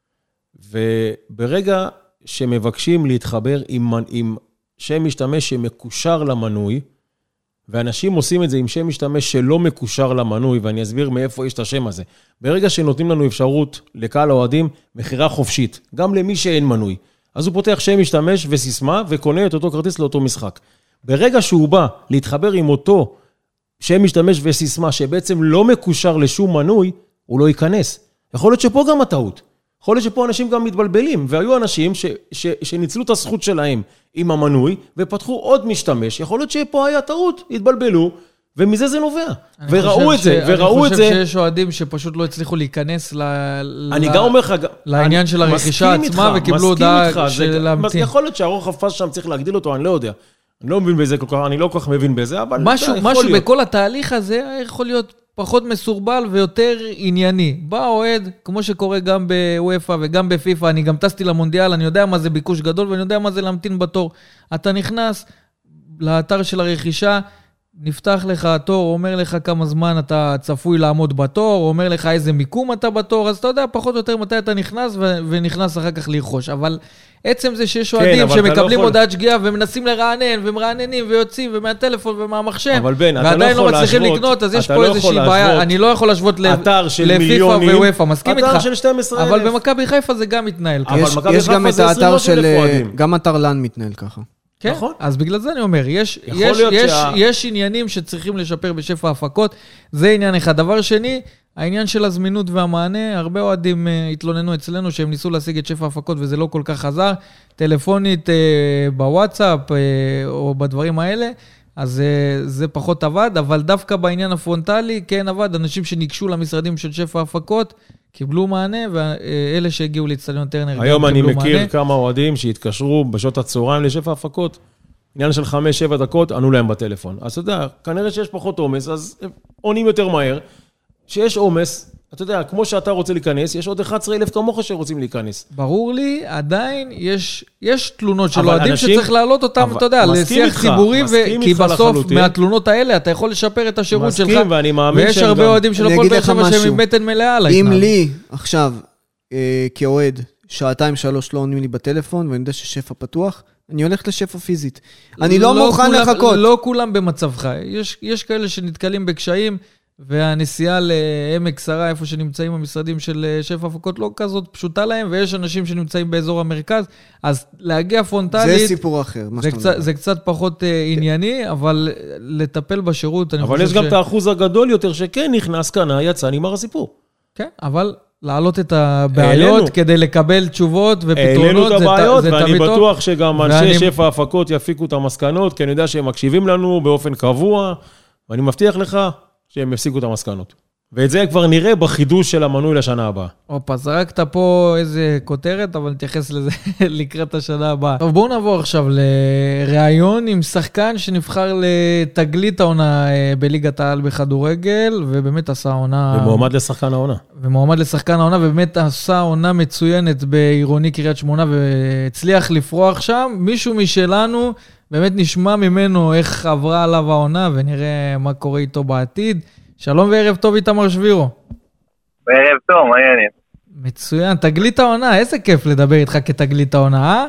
וברגע שמבקשים להתחבר עם שם משתמש שמקושר למנוי, ואנשים עושים את זה עם שם משתמש שלא מקושר למנוי, ואני אסביר מאיפה יש את השם הזה. ברגע שנותנים לנו אפשרות לקהל האוהדים, מחירה חופשית, גם למי שאין מנוי. אז הוא פותח שם משתמש וסיסמה, וקונה את אותו כרטיס לאותו משחק. ברגע שהוא בא להתחבר עם אותו שם משתמש וסיסמה, שבעצם לא מקושר לשום מנוי, הוא לא ייכנס. יכול להיות שפה גם הטעות. יכול להיות שפה אנשים גם מתבלבלים, והיו אנשים שניצלו את הזכות שלהם עם המנוי, ופתחו עוד משתמש. יכול להיות שפה היה טעות, התבלבלו, ומזה זה נובע. וראו את זה, אני חושב שיש אוהדים שפשוט לא הצליחו להיכנס לעניין של הרכישה עצמה, וקיבלו הודעה של להמתין. יכול להיות שהרוחב פס שם צריך להגדיל אותו, אני לא יודע. אני לא מבין בזה כל כך, אני לא כל כך מבין בזה, אבל משהו בכל התהליך הזה יכול להיות פחות מסורבל ויותר ענייני. בא אוהד, כמו שקורה גם בוופא וגם בפיפא, אני גם טסתי למונדיאל, אני יודע מה זה ביקוש גדול, ואני יודע מה זה להמתין בתור. אתה נכנס לאתר של הרכישה, נפתח לך התור, אומר לך כמה זמן אתה צפוי לעמוד בתור, אומר לך איזה מיקום אתה בתור, אז אתה יודע פחות או יותר מתי אתה נכנס, ונכנס אחר כך לרכוש. אבל עצם זה שיש אוהדים שמקבלים הודעת שגיאה, ומנסים לרענן, ומרעננים, ויוצאים, ומהטלפון, ומהמחשב, ועדיין לא מצליחים לקנות, אז יש פה איזושהי בעיה. אני לא יכול להשוות לפיפא ווופא, מסכים איתך. אבל במכבי חיפה זה גם מתנהל. יש גם את האתר של, גם אתר לן מתנהל ככה. כן, אז בגלל זה אני אומר, יש עניינים שצריכים לשפר בשפע ההפקות, זה עניין אחד. דבר שני, העניין של הזמינות והמענה, הרבה אוהדים התלוננו אצלנו שהם ניסו להשיג את שפע ההפקות וזה לא כל כך חזר, טלפונית בוואטסאפ או בדברים האלה, אז זה פחות עבד, אבל דווקא בעניין הפרונטלי כן עבד, אנשים שניגשו למשרדים של שפע ההפקות, קיבלו מענה, ואלה שהגיעו להצטדיון טרנר קיבלו מענה. היום אני מכיר כמה אוהדים שהתקשרו בשעות הצהריים לשפע ההפקות, עניין של 5-7 דקות, ענו להם בטלפון. אז אתה יודע, כנראה שיש פחות עומס, אז עונים יותר מהר. שיש עומס, אתה יודע, כמו שאתה רוצה להיכנס, יש עוד 11,000 כמוך שרוצים להיכנס. ברור לי, עדיין יש תלונות של אוהדים שצריך להעלות אותם, אתה יודע, לשיח ציבורי, כי בסוף מהתלונות האלה אתה יכול לשפר את השירות שלך. מסכים, ואני מאמין ויש הרבה אוהדים של הפועל באר שבע שהם עם בטן מלאה על אם לי עכשיו, כאוהד, 2-3 לא עונים לי בטלפון, ואני יודע ששפע פתוח, אני הולך לשפע פיזית. אני לא מוכן לחכות. לא כולם במצבך. יש כאלה שנתקלים בקשיים, והנסיעה לעמק שרה, איפה שנמצאים המשרדים של שפע ההפקות, לא כזאת פשוטה להם, ויש אנשים שנמצאים באזור המרכז, אז להגיע פרונטלית... זה סיפור אחר, זה קצת פחות ענייני, אבל לטפל בשירות, אני חושב אבל יש גם את האחוז הגדול יותר, שכן נכנס כאן, יצא, נגמר הסיפור. כן, אבל להעלות את הבעיות כדי לקבל תשובות ופתרונות, העלינו את הבעיות, ואני בטוח שגם אנשי שפע ההפקות יפיקו את המסקנות, כי אני יודע שהם מקשיבים לנו באופן קבוע, ואני מבטיח לך שהם יפסיקו את המסקנות. ואת זה כבר נראה בחידוש של המנוי לשנה הבאה. אופה, זרקת פה איזה כותרת, אבל נתייחס לזה לקראת השנה הבאה. טוב, בואו נעבור עכשיו לראיון עם שחקן שנבחר לתגלית העונה בליגת העל בכדורגל, ובאמת עשה עונה... ומועמד לשחקן העונה, ובאמת עשה עונה מצוינת בעירוני קריית שמונה, והצליח לפרוח שם. מישהו משלנו באמת נשמע ממנו איך עברה עליו העונה, ונראה מה קורה איתו בעתיד. שלום וערב טוב איתמר שבירו. ערב טוב, מה העניינים? מצוין, תגלית העונה, איזה כיף לדבר איתך כתגלית העונה, אה?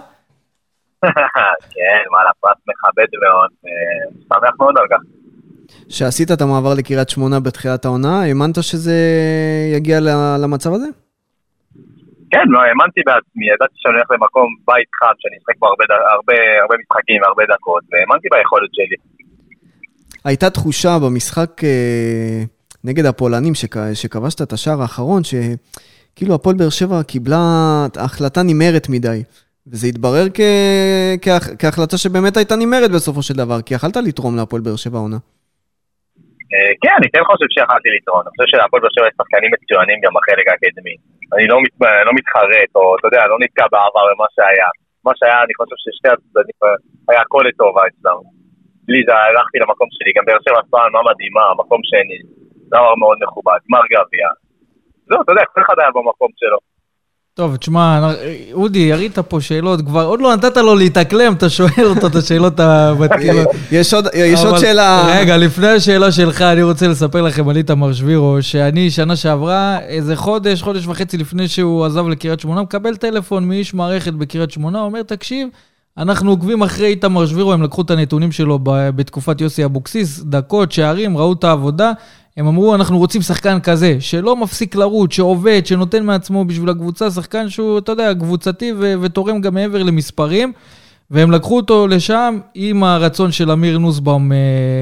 כן, מה לפרס מכבד מאוד, שמח מאוד על כך. שעשית את המעבר לקריית שמונה בתחילת העונה, האמנת שזה יגיע למצב הזה? כן, לא, האמנתי בעצמי, ידעתי שאני הולך למקום בית חם, שאני אשחק בו הרבה משחקים והרבה דקות, והאמנתי ביכולת שלי. הייתה תחושה במשחק נגד הפולנים שכבשת את השער האחרון, שכאילו הפועל באר שבע קיבלה החלטה נימרת מדי, וזה התברר כהחלטה שבאמת הייתה נימרת בסופו של דבר, כי יכלת לתרום להפועל באר שבע עונה. כן, אני כן חושב שיכלתי לתרום, אני חושב שהפועל באר שבע יש שחקנים מצוינים גם בחלק האקדמי. אני לא מתחרט, או אתה יודע, לא נתקע בעבר במה שהיה. מה שהיה, אני חושב ששתי הצדדים היה הכל לטובה אצלנו. לי זה הלכתי למקום שלי, גם באר שבע עשה עונה מדהימה, מקום שני, דבר מאוד מכובד, גמר גביע. זהו, אתה יודע, כל אחד היה במקום שלו. טוב, תשמע, אודי, ירית פה שאלות, כבר עוד לא נתת לו להתאקלם, אתה שואל אותו את השאלות המתקילות. יש עוד שאלה... רגע, לפני השאלה שלך, אני רוצה לספר לכם על איתמר שבירו, שאני שנה שעברה, איזה חודש וחצי לפני שהוא עזב לקריית שמונה, מקבל טלפון מאיש מערכת בקריית שמונה, אומר, תקשיב, אנחנו עוקבים אחרי איתמר שבירו, הם לקחו את הנתונים שלו בתקופת יוסי אבוקסיס, דקות, שערים, ראו את העבודה, הם אמרו, אנחנו רוצים שחקן כזה, שלא מפסיק לרוץ, שעובד, שנותן מעצמו בשביל הקבוצה, שחקן שהוא, אתה יודע, קבוצתי ותורם גם מעבר למספרים, והם לקחו אותו לשם עם הרצון של אמיר נוסבאום,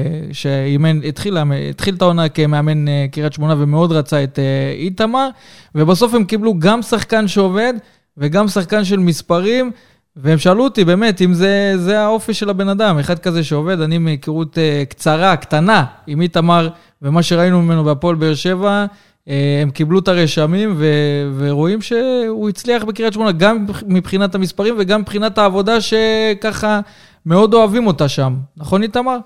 שהתחיל את העונה כמאמן קריית שמונה, ומאוד רצה את איתמר, ובסוף הם קיבלו גם שחקן שעובד, וגם שחקן של מספרים, והם שאלו אותי באמת אם זה האופי של הבן אדם, אחד כזה שעובד, אני מהיכרות קצרה, קטנה, עם איתמר, ומה שראינו ממנו בהפועל באר שבע, הם קיבלו את הרשמים, ורואים שהוא הצליח בקריית שמונה, גם מבחינת המספרים, וגם מבחינת העבודה שככה מאוד אוהבים אותה שם. נכון איתמר?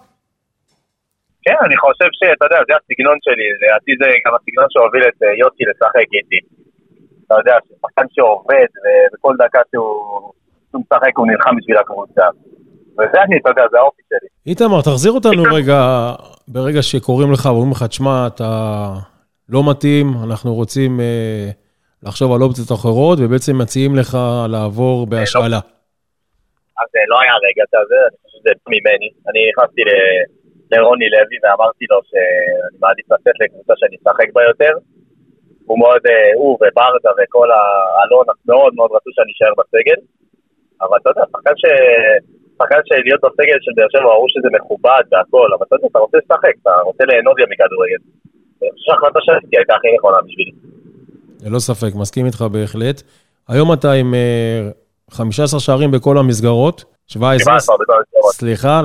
כן, אני חושב שאתה יודע, זה הסגנון שלי, לדעתי זה גם הסגנון שהוביל את יוסי לשחק איתי. אתה יודע, שחקן שעובד, ובכל דקה שהוא משחק, הוא נלחם בשביל הקבוצה. וזה אני, אתה יודע, זה האופי שלי. איתמר, תחזיר אותנו רגע, ברגע שקוראים לך, ואומרים לך, תשמע, אתה לא מתאים, אנחנו רוצים לחשוב על אופציות אחרות, ובעצם מציעים לך לעבור בהשאלה. אז לא היה רגע הזה, אני חושב שזה ממני. אני נכנסתי לרוני לוי, ואמרתי לו שאני מעדיף לצאת לקבוצה שאני אשחק בה יותר. הוא מאוד, הוא וברדה וכל האלון, מאוד מאוד רצו שאני אשאר בסגל. אבל אתה יודע, שחקן שלהיות בסגל של באר שבע, ראו שזה מכובד והכל, אבל אתה יודע, אתה רוצה לשחק, אתה רוצה ליהנות גם מכדורגל. אני חושב שההחלטה שלי הייתה הכי נכונה בשבילי. ללא ספק, מסכים איתך בהחלט. היום אתה עם 15 שערים בכל המסגרות, 17 בכל המסגרות. סליחה,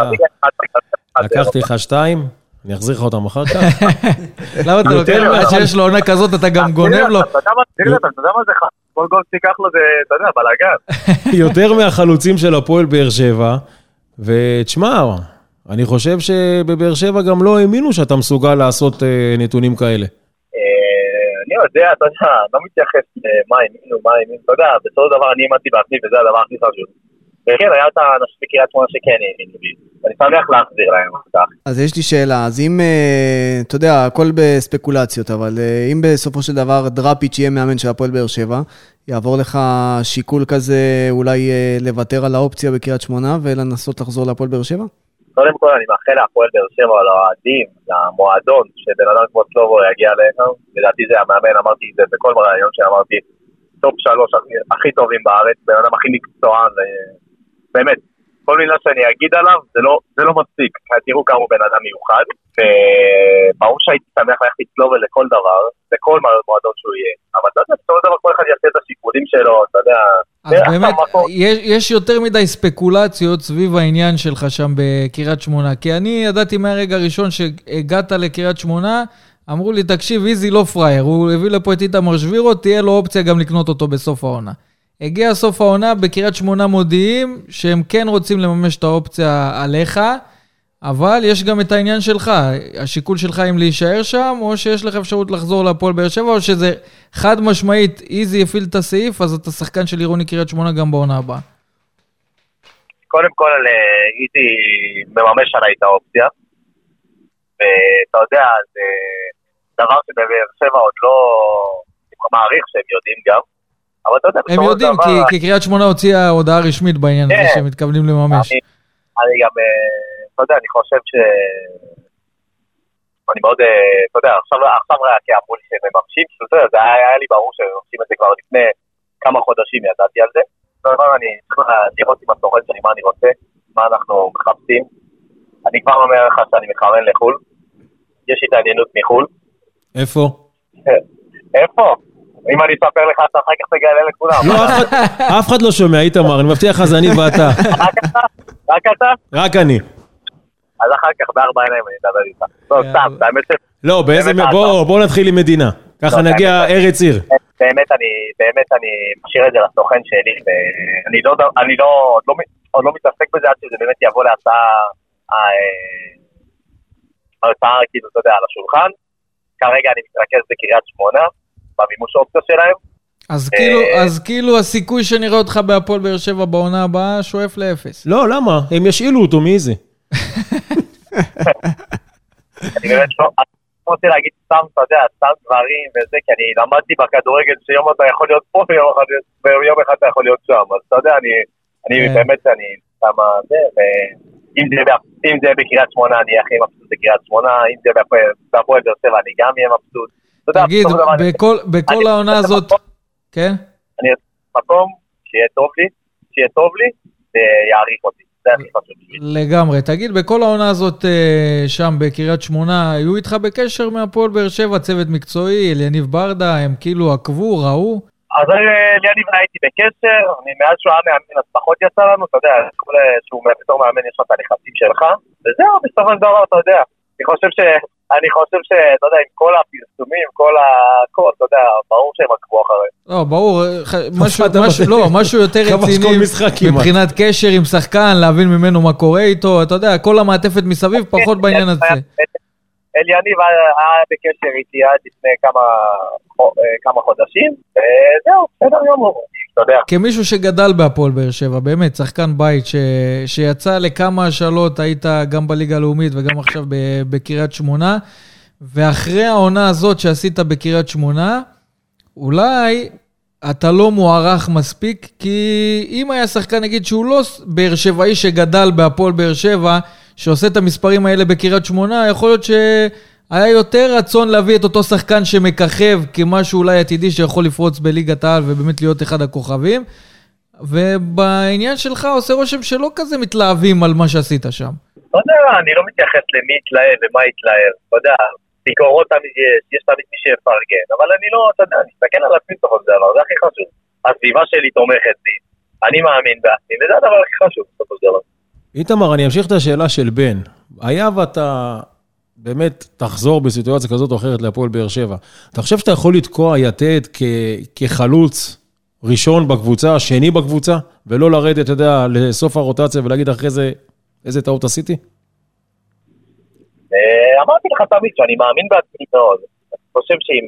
לקחתי לך 2, אני אחזיר לך אותם אחר כך. למה אתה לוקח לך שיש לו עונה כזאת, אתה גם גונב לו? אתה יודע מה זה חד? כל גול תיקח לו זה, אתה יודע, בלגן. יותר מהחלוצים של הפועל באר שבע, ותשמע, אני חושב שבבאר שבע גם לא האמינו שאתה מסוגל לעשות נתונים כאלה. אני יודע, אתה יודע, לא מתייחס למה האמינו, אתה יודע, בסופו של דבר אני האמנתי בעצמי, וזה הדבר הכי חשוב. וכן, היה את האנשים בקריית שמונה שכן האמינו בי. אני שמח להחזיר להם אותך. אז יש לי שאלה, אז אם, אתה יודע, הכל בספקולציות, אבל אם בסופו של דבר דראפיץ' יהיה מאמן של הפועל באר שבע, יעבור לך שיקול כזה אולי לוותר על האופציה בקריית שמונה ולנסות לחזור להפועל באר שבע? קודם כל אני מאחל להפועל באר שבע לאוהדים, למועדון, שבן אדם כמו סלובו יגיע אלינו, לדעתי זה המאמן, אמרתי את זה בכל רעיון שאמרתי, טופ 3 הכי טובים בארץ, בן אדם הכי מקצוען, באמת, כל מילה שאני אגיד עליו, זה לא מספיק, תראו כמה הוא בן אדם מיוחד, וברור שהייתי שמח ללכת אצלו לכל דבר, לכל מועדון שהוא יהיה, אבל אתה יודע, בסופו של דבר כל אחד יעשה את השיקולים שלו, אתה יודע... אז באמת, יש יותר מדי ספקולציות סביב העניין שלך שם בקריית שמונה, כי אני ידעתי מהרגע הראשון שהגעת לקריית שמונה, אמרו לי, תקשיב, איזי לא פרייר, הוא הביא לפה את איתמר שבירו, תהיה לו אופציה גם לקנות אותו בסוף העונה. הגיע סוף העונה בקריית שמונה מודיעים שהם כן רוצים לממש את האופציה עליך, אבל יש גם את העניין שלך, השיקול שלך אם להישאר שם, או שיש לך אפשרות לחזור להפועל באר שבע, או שזה חד משמעית, איזי יפיל את הסעיף, אז אתה שחקן של עירוני קריית שמונה גם בעונה הבאה. קודם כל, איזי מממש עליי את האופציה, ואתה יודע, זה דבר שבבאר שבע עוד לא מעריך שהם יודעים גם, אבל אתה יודע, הם יודעים, כי קריית שמונה הוציאה הודעה רשמית בעניין הזה שהם מתכוונים לממש. אני גם, אתה יודע, אני חושב אני מאוד, אתה יודע, עכשיו רק אמרו לי שהם מממשים, זה היה לי ברור שהם מממשים את זה כבר לפני כמה חודשים, ידעתי על זה. אני צריך לראות עם התוכן שלי מה אני רוצה, מה אנחנו מחפשים. אני כבר אומר לך שאני מכוון לחול, יש התעניינות מחול. איפה? איפה? אם אני אספר לך, אתה אחר כך תגלה לכולם. לא, אף אחד לא שומע, איתמר, אני מבטיח לך, זה אני ואתה. רק אתה? רק אני. אז אחר כך בארבע עיניים אני אדבר איתך. לא, סתם, באמת ש... לא, בוא נתחיל עם מדינה. ככה נגיע ארץ עיר. באמת אני משאיר את זה לסוכן שלי, ואני עוד לא מתעסק בזה עד שזה באמת יבוא להצעה, כאילו, אתה יודע, על השולחן. כרגע אני מתרכז בקריית שמונה, במימוש האופציה שלהם. אז כאילו הסיכוי שנראה אותך בהפועל באר שבע בעונה הבאה שואף לאפס. לא, למה? הם ישאילו אותו, מי זה? אני באמת לא רוצה להגיד סתם, אתה יודע, סתם דברים וזה, כי אני למדתי בכדורגל שיום אתה יכול להיות פה ויום אחד אתה יכול להיות שם, אז אתה יודע, אני באמת, אני כמה זה, אם זה בקריית שמונה, אני הכי מבסוט בקריית שמונה, אם זה בהפועל באר שבע, אני גם אהיה מבסוט. תגיד, בכל העונה הזאת, כן? אני מקום שיהיה טוב לי, ויעריך אותי. לגמרי. תגיד, בכל העונה הזאת שם בקריית שמונה, היו איתך בקשר מהפועל באר שבע, צוות מקצועי, אליניב ברדה, הם כאילו עקבו, ראו? אז אליניב הייתי בקשר, מאז שהוא היה מאמן, אז פחות יצא לנו, אתה יודע, שהוא בתור מאמן יש לו את הלחצים שלך, וזהו, בסופו של דבר, אתה יודע, אני חושב אתה יודע, עם כל הפרסומים, הכל, אתה יודע, ברור שהם עקבו אחרי. לא, ברור, משהו יותר רציני מבחינת קשר עם שחקן, להבין ממנו מה קורה איתו, אתה יודע, כל המעטפת מסביב פחות בעניין הזה. אליניב היה בקשר איתי עד לפני כמה חודשים, וזהו, בסדר יום, אתה יודע. כמישהו שגדל בהפועל באר שבע, באמת, שחקן בית שיצא לכמה השאלות, היית גם בליגה הלאומית וגם עכשיו בקריית שמונה, ואחרי העונה הזאת שעשית בקריית שמונה, אולי אתה לא מוערך מספיק, כי אם היה שחקן, נגיד שהוא לא באר שבעי שגדל בהפועל באר שבע, שעושה את המספרים האלה בקריית שמונה, יכול להיות שהיה יותר רצון להביא את אותו שחקן שמככב כמשהו אולי עתידי שיכול לפרוץ בליגת העל ובאמת להיות אחד הכוכבים, ובעניין שלך עושה רושם שלא כזה מתלהבים על מה שעשית שם. לא יודע, אני לא מתייחס למי יתלהב ומה יתלהב, אתה יודע, ביקורות תמיד יש תמיד מי שיפרגן, אבל אני לא, אתה יודע, אני מסתכל על עצמי בסופו של דבר, זה הכי חשוב. הסביבה שלי תומכת בי, אני מאמין בעצמי, וזה הדבר הכי חשוב בסופו של דבר. איתמר, אני אמשיך את השאלה של בן. היה ואתה באמת תחזור בסיטואציה כזאת או אחרת להפועל באר שבע. אתה חושב שאתה יכול לתקוע יתד כחלוץ ראשון בקבוצה, שני בקבוצה, ולא לרדת, אתה יודע, לסוף הרוטציה ולהגיד אחרי זה איזה טעות עשיתי? אמרתי לך תמיד שאני מאמין בעצמי מאוד. אני חושב שאם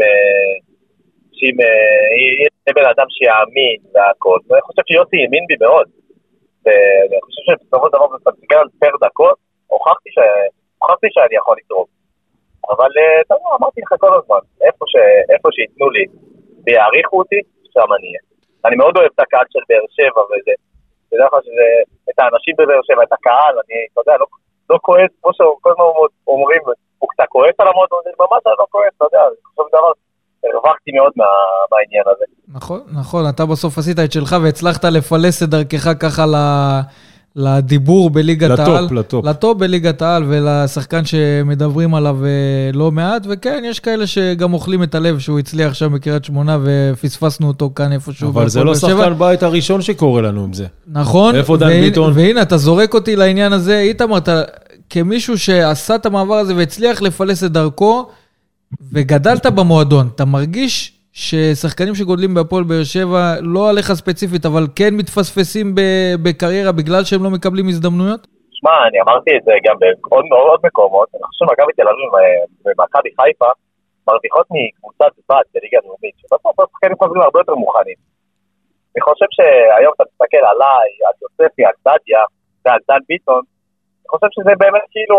יהיה בן אדם שיאמין והכל, אני חושב שיוסי האמין בי מאוד. ואני חושב שבסופו של דבר מסתכל על פר דקות, הוכחתי שאני יכול לתרום. אבל אמרתי לך כל הזמן, איפה שיתנו לי ויעריכו אותי, שם אני אהיה. אני מאוד אוהב את הקהל של באר שבע וזה. אתה יודע לך שזה, את האנשים בבאר שבע, את הקהל, אני, אתה יודע, לא כועס, כמו שכל הזמן אומרים, אתה כועס על המועדון, ממש אני לא כועס, אתה יודע, אני חושב דבר, הרווחתי מאוד מהעניין הזה. נכון, אתה בסוף עשית את שלך והצלחת לפלס את דרכך ככה לדיבור בליגת העל. לטופ בליגת העל ולשחקן שמדברים עליו לא מעט, וכן, יש כאלה שגם אוכלים את הלב שהוא הצליח שם בקריית שמונה ופספסנו אותו כאן איפשהו. אבל זה לא שחקן בית הראשון שקורא לנו עם זה. נכון. איפה דן ביטון? והנה, אתה זורק אותי לעניין הזה, איתמר, אתה כמישהו שעשה את המעבר הזה והצליח לפלס את דרכו, וגדלת במועדון, אתה מרגיש ששחקנים שגודלים בהפועל באר שבע, לא עליך ספציפית, אבל כן מתפספסים בקריירה בגלל שהם לא מקבלים הזדמנויות? שמע, אני אמרתי את זה גם בעוד מקומות, אני חושב שמכבי תל אביב ומכבי חיפה מרוויחות מקבוצת בת בליגה הלאומית, שבסוף השחקנים חוזרים הרבה יותר מוכנים. אני חושב שהיום אתה מסתכל עליי, על יוספי, על דדיה ועל דן ביטון, אני חושב שזה באמת כאילו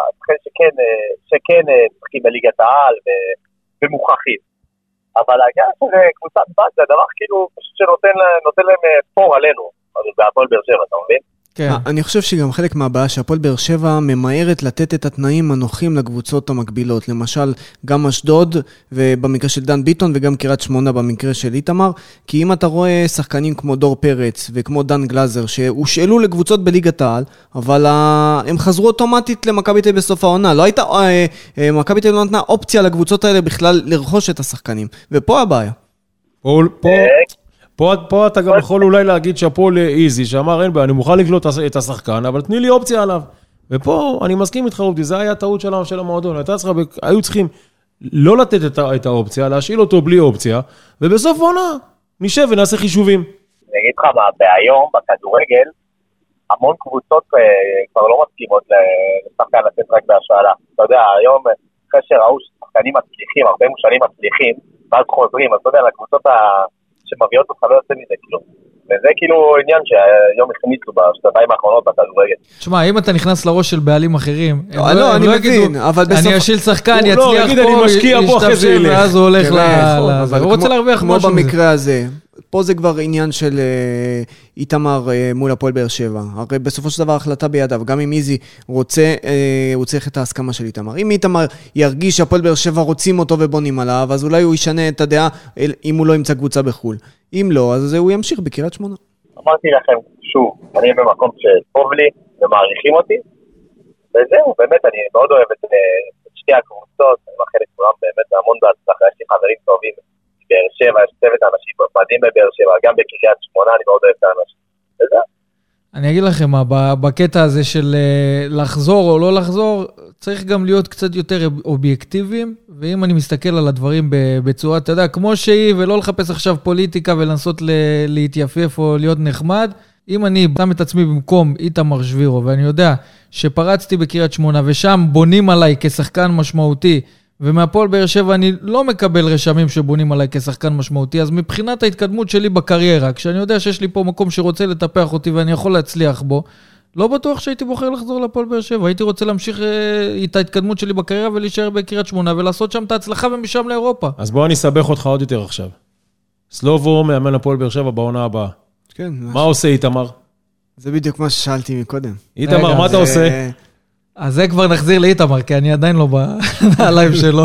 שכן משחקים בליגת העל ומוכחים. אבל העניין של קבוצת בת זה הדבר כאילו שנותן להם פור עלינו, בהפועל באר שבע, אתה מבין? כן. אני חושב שגם חלק מהבעיה שהפועל באר שבע ממהרת לתת את התנאים הנוחים לקבוצות המקבילות, למשל גם אשדוד ובמקרה של דן ביטון וגם קריית שמונה במקרה של איתמר, כי אם אתה רואה שחקנים כמו דור פרץ וכמו דן גלזר שהושאלו לקבוצות בליגת העל, אבל הם חזרו אוטומטית למכבי תל אביב בסוף העונה, לא הייתה, מכבי תל אביב לא נתנה אופציה לקבוצות האלה בכלל לרכוש את השחקנים, ופה הבעיה. פה אתה גם יכול אולי להגיד שהפועל איזי, שאמר אין בעיה, אני מוכן לקלוט את השחקן, אבל תני לי אופציה עליו. ופה אני מסכים איתך עובדי, זה היה טעות של המועדון. היו צריכים לא לתת את האופציה, להשאיל אותו בלי אופציה, ובסוף עונה נשב ונעשה חישובים. אני אגיד לך מה, בהיום, בכדורגל, המון קבוצות כבר לא מסכימות לשחקן לתת רק בהשאלה. אתה יודע, היום אחרי שראו שחקנים מצליחים, הרבה מושלים מצליחים, ואז חוזרים, אז אתה יודע, לקבוצות שמביאות אותך לא יוצא מזה, כאילו. וזה כאילו עניין שהיום הכניסו בשנתיים האחרונות בכדורגל. תשמע, אם אתה נכנס לראש של בעלים אחרים, לא, אני מבין, אבל בסוף... אני אשיל שחקן, יצליח פה, אני משקיע פה אחרי זה ילך. ואז הוא הולך הוא רוצה להרוויח משהו. כמו במקרה הזה, פה זה כבר עניין של איתמר מול הפועל באר שבע. הרי בסופו של דבר החלטה בידיו, גם אם איזי רוצה, הוא צריך את ההסכמה של איתמר. אם איתמר ירגיש שהפועל באר שבע רוצים אותו ובונים עליו, אז אולי הוא ישנה את הדעה אם הוא לא ימצא קבוצה בחול. אם לא, אז הוא ימשיך בקריית שמונה. אמרתי לכם, שוב, אני במקום שטוב לי ומעריכים אותי, וזהו, באמת, אני מאוד אוהב את שתי הקבוצות, אני מאחל לכולם באמת המון בהצלחה, יש לי חברים טובים בבאר שבע, יש צוות אנשים מדהים בבאר שבע, גם בקריית שמונה, אני מאוד אוהב את האנשים. וזהו. אני אגיד לכם מה, בקטע הזה של לחזור או לא לחזור, צריך גם להיות קצת יותר אובייקטיביים, ואם אני מסתכל על הדברים בצורה, אתה יודע, כמו שהיא, ולא לחפש עכשיו פוליטיקה ולנסות להתייפף או להיות נחמד, אם אני שם את עצמי במקום איתמר שבירו, ואני יודע שפרצתי בקריית שמונה, ושם בונים עליי כשחקן משמעותי, ומהפועל באר שבע אני לא מקבל רשמים שבונים עליי כשחקן משמעותי, אז מבחינת ההתקדמות שלי בקריירה, כשאני יודע שיש לי פה מקום שרוצה לטפח אותי ואני יכול להצליח בו, לא בטוח שהייתי בוחר לחזור לפועל באר שבע, הייתי רוצה להמשיך את ההתקדמות שלי בקריירה ולהישאר בקריית שמונה ולעשות שם את ההצלחה ומשם לאירופה. אז בוא אני אסבך אותך עוד יותר עכשיו. סלובו מאמן הפועל באר שבע בעונה הבאה. כן. מה עושה איתמר? זה בדיוק מה ששאלתי מקודם. איתמר, מה אתה עושה? אז זה כבר נחזיר לאיתמר, כי אני עדיין לא בלייב שלו.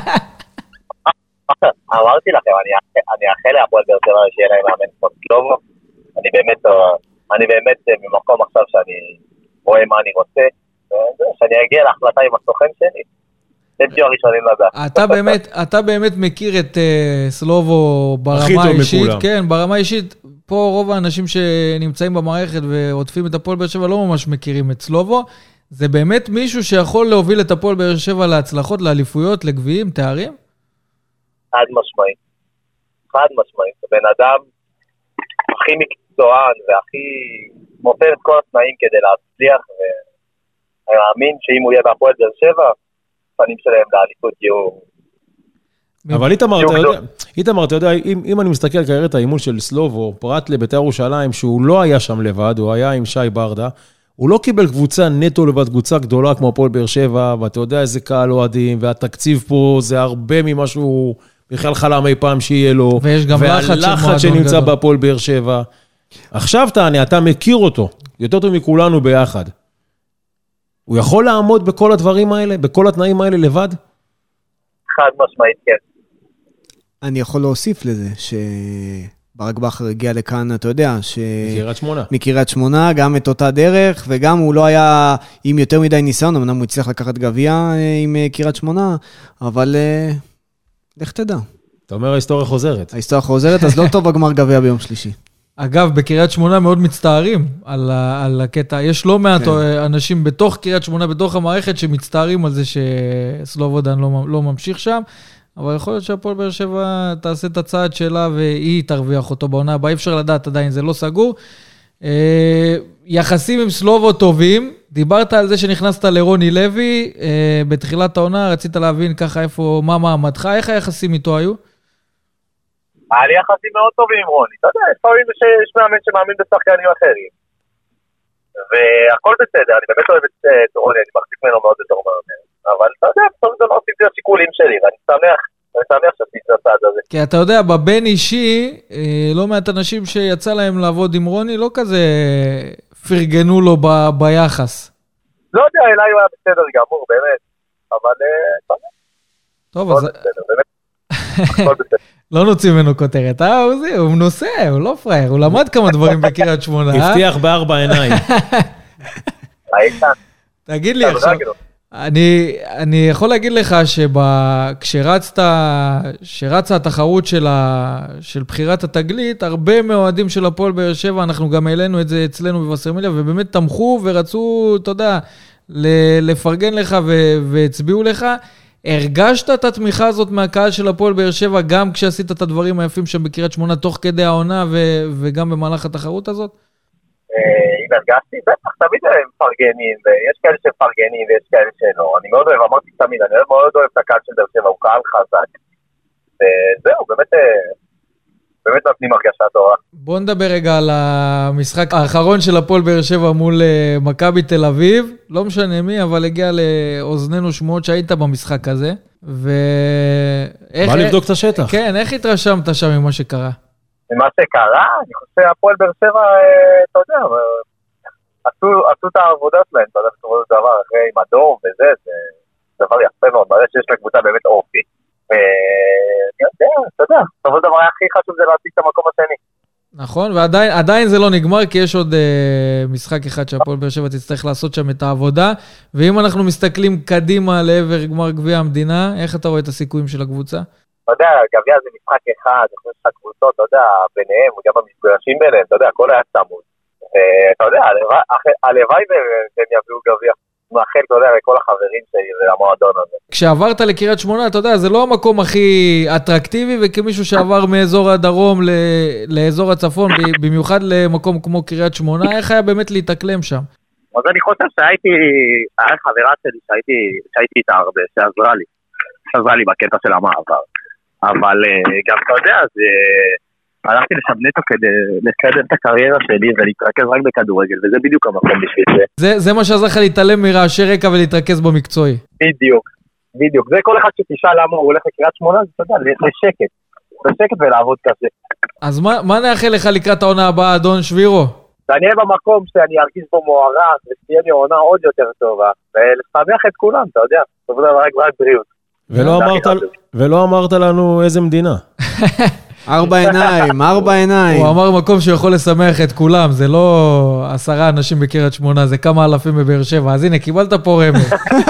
אמרתי לכם, אני אאחל להפועל באר שבע שיהיה להם מאמן כמו סלובו. אני באמת במקום עכשיו שאני רואה מה אני רוצה, שאני אגיע להחלטה עם הסוכן שלי. אתם תהיו הראשונים לדעת. אתה באמת מכיר את סלובו ברמה האישית, כן, ברמה האישית, פה רוב האנשים שנמצאים במערכת ועוטפים את הפועל באר שבע לא ממש מכירים את סלובו, זה באמת מישהו שיכול להוביל את הפועל באר שבע להצלחות, לאליפויות, לגביעים, תארים? חד משמעית. חד משמעית. בן אדם הכי מקצוען והכי מופר את כל התנאים כדי להצליח, ואני מאמין שאם הוא יהיה בהפועל באר שבע, פנים שלהם לאליפות יהיו... אבל איתמר, אתה יודע, אם אני מסתכל על קריירת האימון של סלובו, פרט לבית"ר ירושלים, שהוא לא היה שם לבד, הוא היה עם שי ברדה, הוא לא קיבל קבוצה נטו לבד, קבוצה גדולה כמו הפועל באר שבע, ואתה יודע איזה קהל אוהדים, והתקציב פה זה הרבה ממה שהוא בכלל חלם אי פעם שיהיה לו, ויש גם והלחץ שנמצא בהפועל באר שבע. עכשיו תענה, אתה מכיר אותו, יותר טוב מכולנו ביחד. הוא יכול לעמוד בכל הדברים האלה, בכל התנאים האלה לבד? חד משמעית, כן. אני יכול להוסיף לזה, ברק בכר הגיע לכאן, אתה יודע, מקריית שמונה. מקריית שמונה, גם את אותה דרך, וגם הוא לא היה עם יותר מדי ניסיון, אמנם הוא הצליח לקחת גביע עם קריית שמונה, אבל לך תדע. אתה אומר ההיסטוריה חוזרת. ההיסטוריה חוזרת, אז לא טוב הגמר גביע ביום שלישי. אגב, בקריית שמונה מאוד מצטערים על הקטע. יש לא מעט אנשים בתוך קריית שמונה, בתוך המערכת, שמצטערים על זה שסלובודן לא ממשיך שם. אבל יכול להיות שהפועל באר שבע תעשה את הצעד שלה והיא תרוויח אותו בעונה הבאה. אי אפשר לדעת עדיין, זה לא סגור. יחסים עם סלובו טובים. דיברת על זה שנכנסת לרוני לוי בתחילת העונה, רצית להבין ככה איפה, מה מעמדך, איך היחסים איתו היו? היה לי יחסים מאוד טובים עם רוני. אתה יודע, לפעמים יש מאמן שמאמין בשחקנים אחרים. והכל בסדר, אני באמת אוהב את רוני, אני מחזיק ממנו מאוד בתור מאמן. אבל אתה יודע, בסוף זה לא עשיתי את השיקולים שלי, ואני שמח שעשיתי את הצעד הזה. כי אתה יודע, בבין אישי, לא מעט אנשים שיצא להם לעבוד עם רוני, לא כזה פרגנו לו ביחס. לא יודע, אליי הוא היה בסדר גמור, באמת. אבל, טוב, אז... בסדר, באמת. הכל בסדר. לא נוציא ממנו כותרת, הוא מנוסה, הוא לא פרייר, הוא למד כמה דברים בקריית שמונה. הבטיח בארבע עיניים. תגיד לי עכשיו, אני יכול להגיד לך כשרצה התחרות של בחירת התגלית, הרבה מאוהדים של הפועל באר שבע, אנחנו גם העלינו את זה אצלנו בבשרמיליה, ובאמת תמכו ורצו, אתה יודע, לפרגן לך והצביעו לך. הרגשת את התמיכה הזאת מהקהל של הפועל באר שבע, גם כשעשית את הדברים היפים שם בקריית שמונה, תוך כדי העונה וגם במהלך התחרות הזאת? אם הרגשתי, בטח, תמיד הם מפרגנים, ויש כאלה שמפרגנים ויש כאלה שלא. אני מאוד אוהב, אמרתי תמיד, אני מאוד אוהב את הקהל של באר שבע, הוא קהל חזק. וזהו, באמת, באמת נותנים הרגשה טובה. בוא נדבר רגע על המשחק האחרון של הפועל באר שבע מול מכבי תל אביב. לא משנה מי, אבל הגיע לאוזנינו שמועות שהיית במשחק הזה. בא לבדוק את השטח. כן, איך התרשמת שם ממה שקרה? ממה שקרה, אני חושב שהפועל באר שבע, אתה יודע, עשו את העבודה שלהם, אתה יודע, בסופו של דבר, אחרי עם אדום וזה, זה דבר יפה מאוד, מראה שיש לקבוצה באמת אופי. אתה יודע, בסופו של דבר הכי חשוב זה להציג את המקום השני. נכון, ועדיין זה לא נגמר, כי יש עוד משחק אחד שהפועל באר שבע תצטרך לעשות שם את העבודה, ואם אנחנו מסתכלים קדימה לעבר גמר גביע המדינה, איך אתה רואה את הסיכויים של הקבוצה? אתה יודע, גביע זה משחק אחד, זה משחק קבוצות, אתה יודע, ביניהם וגם המפגשים ביניהם, אתה יודע, הכל היה צמוד. אתה יודע, הלוואי והם יביאו גביע. מאחל, אתה יודע, לכל החברים שלי ולמועדון הזה. כשעברת לקריית שמונה, אתה יודע, זה לא המקום הכי אטרקטיבי, וכמישהו שעבר מאזור הדרום לאזור הצפון, במיוחד למקום כמו קריית שמונה, איך היה באמת להתאקלם שם? אז אני חושב היה חברה שלי שהייתי איתה הרבה, שעזרה לי בקטע של המעבר. אבל גם אתה יודע, הלכתי לשם נטו כדי לקדם את הקריירה שלי ולהתרכז רק בכדורגל, וזה בדיוק המקום בשביל זה. זה מה שעזר לך להתעלם מרעשי רקע ולהתרכז במקצועי. בדיוק. זה כל אחד שתשאל למה הוא הולך לקריית שמונה, זה אתה יודע, לשקט ולעבוד כזה. אז מה נאחל לך לקראת העונה הבאה, אדון שבירו? שאני אהיה במקום שאני ארגיש בו מוערך, ושתהיה לי עונה עוד יותר טובה, ולשמח את כולם, אתה יודע, זה רק בריאות. ולא אמרת לנו איזה מדינה. 4 עיניים. הוא אמר מקום שיכול לשמח את כולם, זה לא 10 אנשים בקריית שמונה, זה כמה אלפים בבאר שבע, אז הנה, קיבלת פה רמז.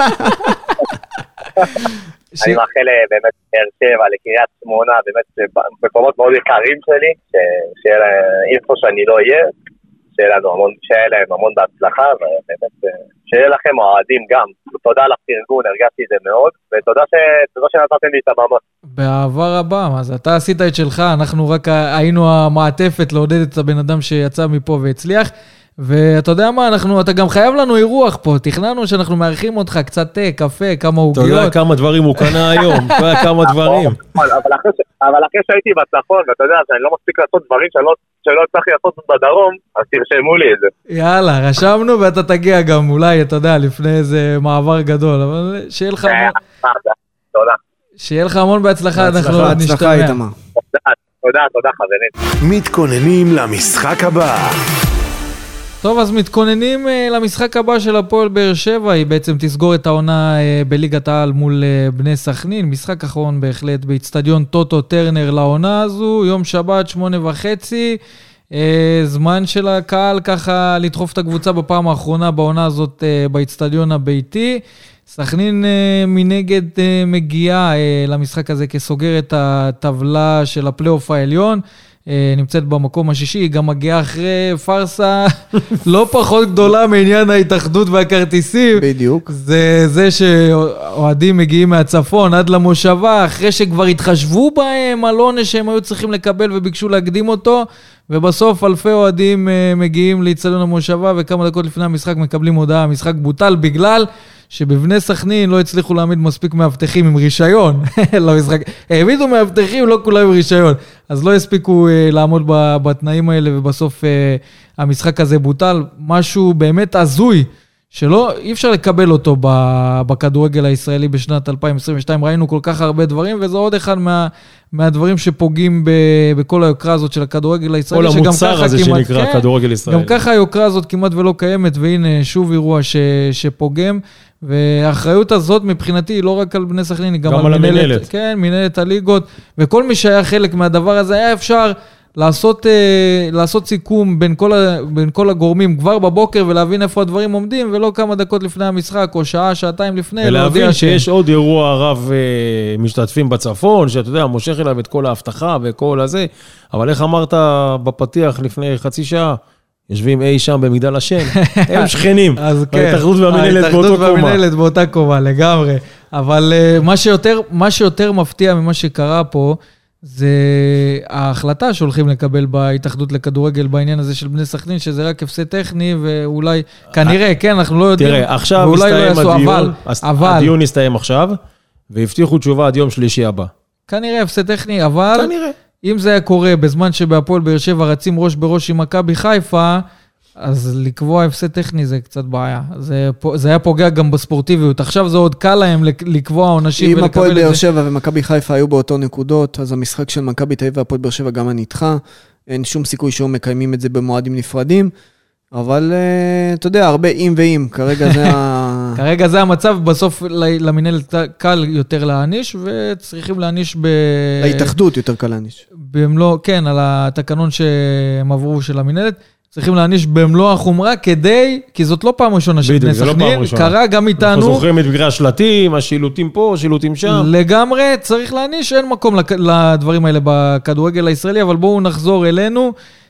אני מאחל באמת באר שבע, לקריית שמונה, באמת מקומות מאוד יקרים שלי, איפה שאני לא אהיה, שיהיה להם המון בהצלחה, ובאמת שיהיה לכם אוהדים גם. תודה לך פרגון, הרגשתי את זה מאוד, ותודה שנתתם לי את הבמה. בעבר הבא, אז אתה עשית את שלך, אנחנו רק היינו המעטפת לעודד את הבן אדם שיצא מפה והצליח, ואתה יודע מה, אתה גם חייב לנו אירוח פה, תכננו שאנחנו מארחים אותך, קצת תה, קפה, כמה עוגיות. אתה יודע כמה דברים הוא קנה היום, אתה יודע כמה דברים. אבל אחרי שהייתי בצפון, ואתה יודע שאני לא מספיק לעשות דברים שלא צריך לעשות בדרום, אז תרשמו לי את זה. יאללה, רשמנו ואתה תגיע גם אולי, אתה יודע, לפני איזה מעבר גדול, אבל שיהיה לך המון... תודה. שיהיה לך המון בהצלחה, אנחנו נשתמע. תודה חברים. מתכוננים למשחק הבא. טוב, אז מתכוננים למשחק הבא של הפועל באר שבע, היא בעצם תסגור את העונה בליגת העל מול בני סכנין, משחק אחרון בהחלט באצטדיון טוטו טרנר לעונה הזו, יום שבת 8:30, זמן של הקהל ככה לדחוף את הקבוצה בפעם האחרונה בעונה הזאת באצטדיון הביתי, סכנין מנגד מגיעה למשחק הזה כסוגר את הטבלה של הפלייאוף העליון, נמצאת במקום השישי, היא גם מגיעה אחרי פרסה לא פחות גדולה מעניין ההתאחדות והכרטיסים. בדיוק. זה שאוהדים מגיעים מהצפון עד למושבה, אחרי שכבר התחשבו בהם על עונש שהם היו צריכים לקבל וביקשו להקדים אותו, ובסוף אלפי אוהדים מגיעים לאצטדיון המושבה, וכמה דקות לפני המשחק מקבלים הודעה, המשחק בוטל בגלל שבבני סכנין לא הצליחו להעמיד מספיק מאבטחים עם רישיון למשחק. העמידו מאבטחים, לא כולם עם רישיון. אז לא הספיקו לעמוד בתנאים האלה, ובסוף המשחק הזה בוטל. משהו באמת הזוי, אי אפשר לקבל אותו בכדורגל הישראלי בשנת 2022. ראינו כל כך הרבה דברים, וזה עוד אחד מהדברים שפוגעים בכל היוקרה הזאת של הכדורגל הישראלי. כל המוצר הזה שנקרא כדורגל ישראלי. גם ככה היוקרה הזאת כמעט ולא קיימת, והנה שוב אירוע שפוגם, והאחריות הזאת מבחינתי היא לא רק על בני סכנין, היא גם על מנהלת. כן, מנהלת הליגות, וכל מי שהיה חלק מהדבר הזה, היה אפשר לעשות סיכום בין כל הגורמים כבר בבוקר, ולהבין איפה הדברים עומדים, ולא כמה דקות לפני המשחק, או שעה, שעתיים לפני. ולהבין שיש עוד אירוע רב משתתפים בצפון, שאתה יודע, מושך אליו את כל ההבטחה וכל הזה, אבל איך אמרת בפתיח לפני חצי שעה, יושבים אי שם במגדל השן, הם שכנים. אז כן, ההתאחדות והמנהלת באותו קומה. ההתאחדות והמנהלת באותה קומה, לגמרי. אבל מה שיותר מפתיע ממה שקרה פה, זה ההחלטה שהולכים לקבל בהתאחדות לכדורגל בעניין הזה של בני סכנין, שזה רק הפסד טכני, ואולי, כנראה, כן, אנחנו לא יודעים. תראה, עכשיו הסתיים הדיון, הדיון הסתיים עכשיו, והבטיחו תשובה עד יום שלישי הבא. כנראה הפסד טכני, אבל אם זה היה קורה בזמן שבהפועל באר שבע רצים ראש בראש עם מכבי חיפה, אז לקבוע הפסד טכני זה קצת בעיה. זה היה פוגע גם בספורטיביות. עכשיו זה עוד קל להם לקבוע עונשים ולקבל את זה. אם הפועל באר שבע ומכבי חיפה היו באותו נקודות, אז המשחק של מכבי תל אביב והפועל באר שבע גם נדחה. אין שום סיכוי שהם מקיימים את זה במועדים נפרדים. אבל אתה יודע, הרבה אם ואם. כרגע זה המצב. בסוף למנהלת קל יותר להעניש, וצריכים להעניש להתאחדות יותר קל להעניש. כן, על התקנון שהם עברו של המנהלת. צריכים להעניש במלוא החומרה כי זאת לא פעם ראשונה של בני סכנין, קרה גם איתנו. אנחנו זוכרים את בגרי השלטים, השילוטים פה, השילוטים שם. לגמרי, צריך להעניש, אין מקום לדברים האלה בכדורגל הישראלי, אבל בואו נחזור אלינו.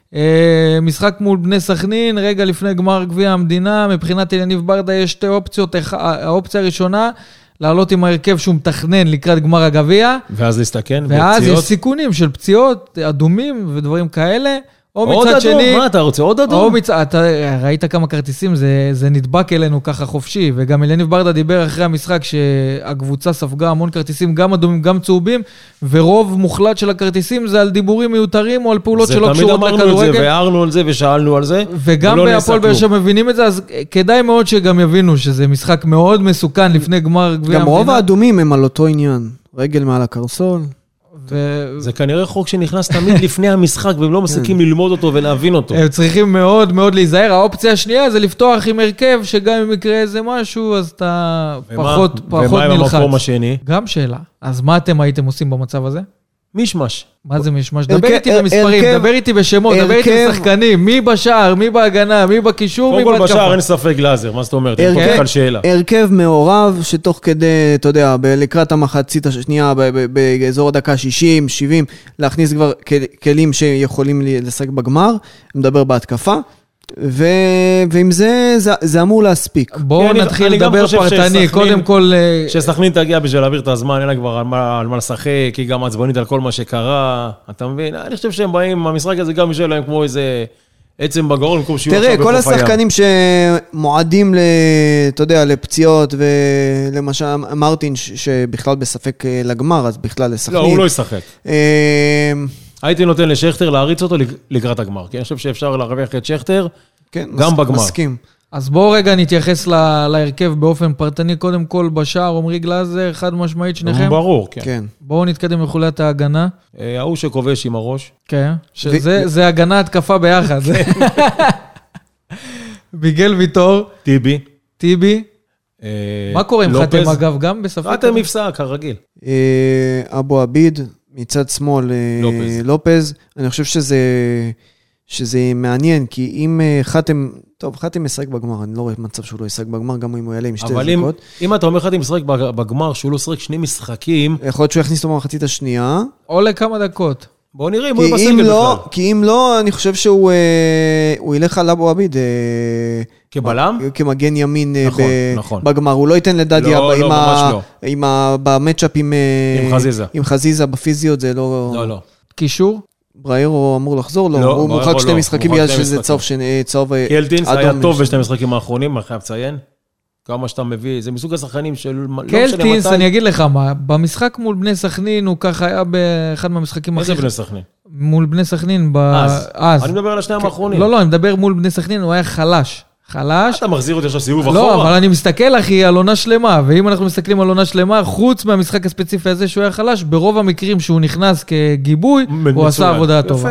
משחק מול בני סכנין, רגע לפני גמר גביע המדינה, מבחינת יניב ברדה יש שתי אופציות. האופציה הראשונה, לעלות עם ההרכב שהוא מתכנן לקראת גמר הגביע. ואז להסתכן. ואז יש סיכונים של פציעות, אדומים ודברים כאלה. עוד אדום, מה אתה רוצה? עוד אדום? אתה ראית כמה כרטיסים, זה נדבק אלינו ככה חופשי, וגם יניב ברדה דיבר אחרי המשחק שהקבוצה ספגה המון כרטיסים, גם אדומים, גם צהובים, ורוב מוחלט של הכרטיסים זה על דיבורים מיותרים או על פעולות שלא קשורות לכדורגל. תמיד אמרנו את זה, והערנו על זה ושאלנו על זה. וגם בהפועל באר שבע מבינים את זה, אז כדאי מאוד שגם יבינו שזה משחק מאוד מסוכן לפני גמר גביע המדינה. גם רוב האדומים הם על אותו עניין, רגל מעל הקרסול. זה כנראה חוק שנכנס תמיד לפני המשחק, והם לא מסכים ללמוד אותו ולהבין אותו. הם צריכים מאוד מאוד להיזהר. האופציה השנייה זה לפתוח עם הרכב, שגם אם יקרה איזה משהו, אז אתה פחות נלחץ. ומה עם המקום השני? גם שאלה. אז מה אתם הייתם עושים במצב הזה? מישמש. מה זה מישמש? דבר איתי במספרים, דבר איתי בשמות, דבר איתי בשחקנים, מי בשער, מי בהגנה, מי בקישור, מי בהתקפה. קודם כל בשער אין ספק גלאזר, מה זאת אומרת? הרכב מעורב שתוך כדי, אתה יודע, לקראת המחצית השנייה, באזור הדקה 60, 70, להכניס כבר כלים שיכולים לשחק בגמר, מדבר בהתקפה. ועם זה אמור להספיק. בואו נתחיל לדבר פרטני, קודם כל... שסכנין תגיע בשביל להעביר את הזמן, אין לה כבר על מה לשחק, היא גם עצבנית על כל מה שקרה, אתה מבין? אני חושב שהם באים, המשחק הזה גם בשביל להם כמו איזה עצם בגרון, כמו שיהיו עכשיו בחוף הים. תראה, כל השחקנים שמועדים, אתה יודע, לפציעות, ולמשל מרטין, שבכלל בספק לגמר, אז בכלל לסכנין. לא, הוא לא ישחק. הייתי נותן לשכתר להריץ אותו לקראת הגמר, כי אני חושב שאפשר להרוויח את שכתר גם בגמר. מסכים. אז בואו רגע נתייחס להרכב באופן פרטני, קודם כל בשער, עומרי גלאזר, חד משמעית שניכם. ברור, כן. בואו נתקדם לחוליית ההגנה. ההוא שכובש עם הראש. כן, זה הגנה התקפה ביחד. ביגל ויטור. טיבי. מה קורה עם חתם אגב גם בספק? חתם מפסע, כרגיל. אבו עביד. מצד שמאל, לופז. אני חושב שזה מעניין, כי אם חתם משחק בגמר, אני לא רואה מצב שהוא לא ישחק בגמר, גם אם הוא יעלה עם שתי דקות. אבל אם אתה אומר חתם משחק בגמר, שהוא לא שחק שני משחקים... יכול להיות שהוא יכניס אותו במחצית השנייה. או לכמה דקות. בואו נראה אם הוא בסגל בכלל. כי אם לא, אני חושב שהוא ילך על אבו עביד. כבלם? כמגן ימין בגמר. הוא לא ייתן לדדיה במצ'אפ עם חזיזה בפיזיות, זה לא... לא. קישור? בריירו אמור לחזור? לא, הוא מורחק שני משחקים בגלל שזה צהוב אדום. קלטינס היה טוב בשני המשחקים האחרונים, אני חייב לציין. כמה שאתה מביא, זה מסוג השחקנים של... קלטינס, אני אגיד לך מה, במשחק מול בני סכנין, הוא ככה היה באחד מהמשחקים איזה בני סכנין? מול בני סכנין, אז. אני מדבר על השניים האחרונים. לא, אני מדבר מול בני סכנין, הוא היה חלש. אתה מחזיר אותי עכשיו סיבוב אחורה? לא, אבל אני מסתכל, אחי, על עונה שלמה, ואם אנחנו מסתכלים על עונה שלמה, חוץ מהמשחק הספציפי הזה שהוא היה חלש, ברוב המקרים שהוא נכנס כגיבוי, הוא עשה עבודה טובה.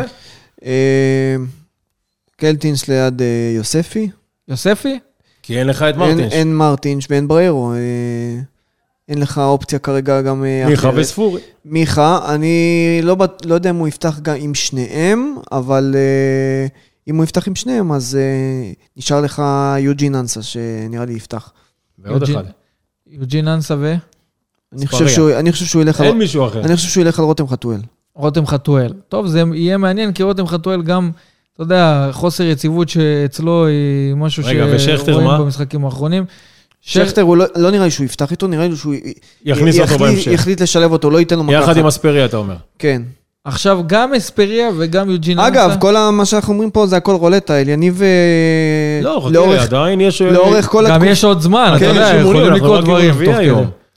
קלטינס ליד יוספי. יוספי? כי אין לך את מרטינש. אין מרטינש ואין בריירו. אין לך אופציה כרגע גם... מיכה וספורי. מיכה, אני לא יודע אם הוא יפתח גם עם שניהם, אבל אם הוא יפתח עם שניהם, אז נשאר לך יוג'ין אנסה, שנראה לי יפתח. ועוד אחד. יוג'ין אנסה ו... אני חושב שהוא ילך... אין מישהו אחר. אני חושב שהוא ילך על רותם חתואל. רותם חתואל. טוב, זה יהיה מעניין, כי רותם חתואל גם... אתה יודע, חוסר יציבות שאצלו היא משהו שרואים במשחקים האחרונים. שכתר, לא נראה לי שהוא יפתח איתו, נראה לי שהוא יכניס אותו בהמשך. יחליט לשלב אותו, לא ייתן לו מקחת. יחד עם אספריה, אתה אומר. כן. עכשיו, גם אספריה וגם יוג'ין אנסה. אגב, כל מה שאנחנו אומרים פה זה הכל רולטה, אליניב לא, חכה, עדיין יש... לאורך כל... גם יש עוד זמן, אתה יודע, יכולים לקרות דברים.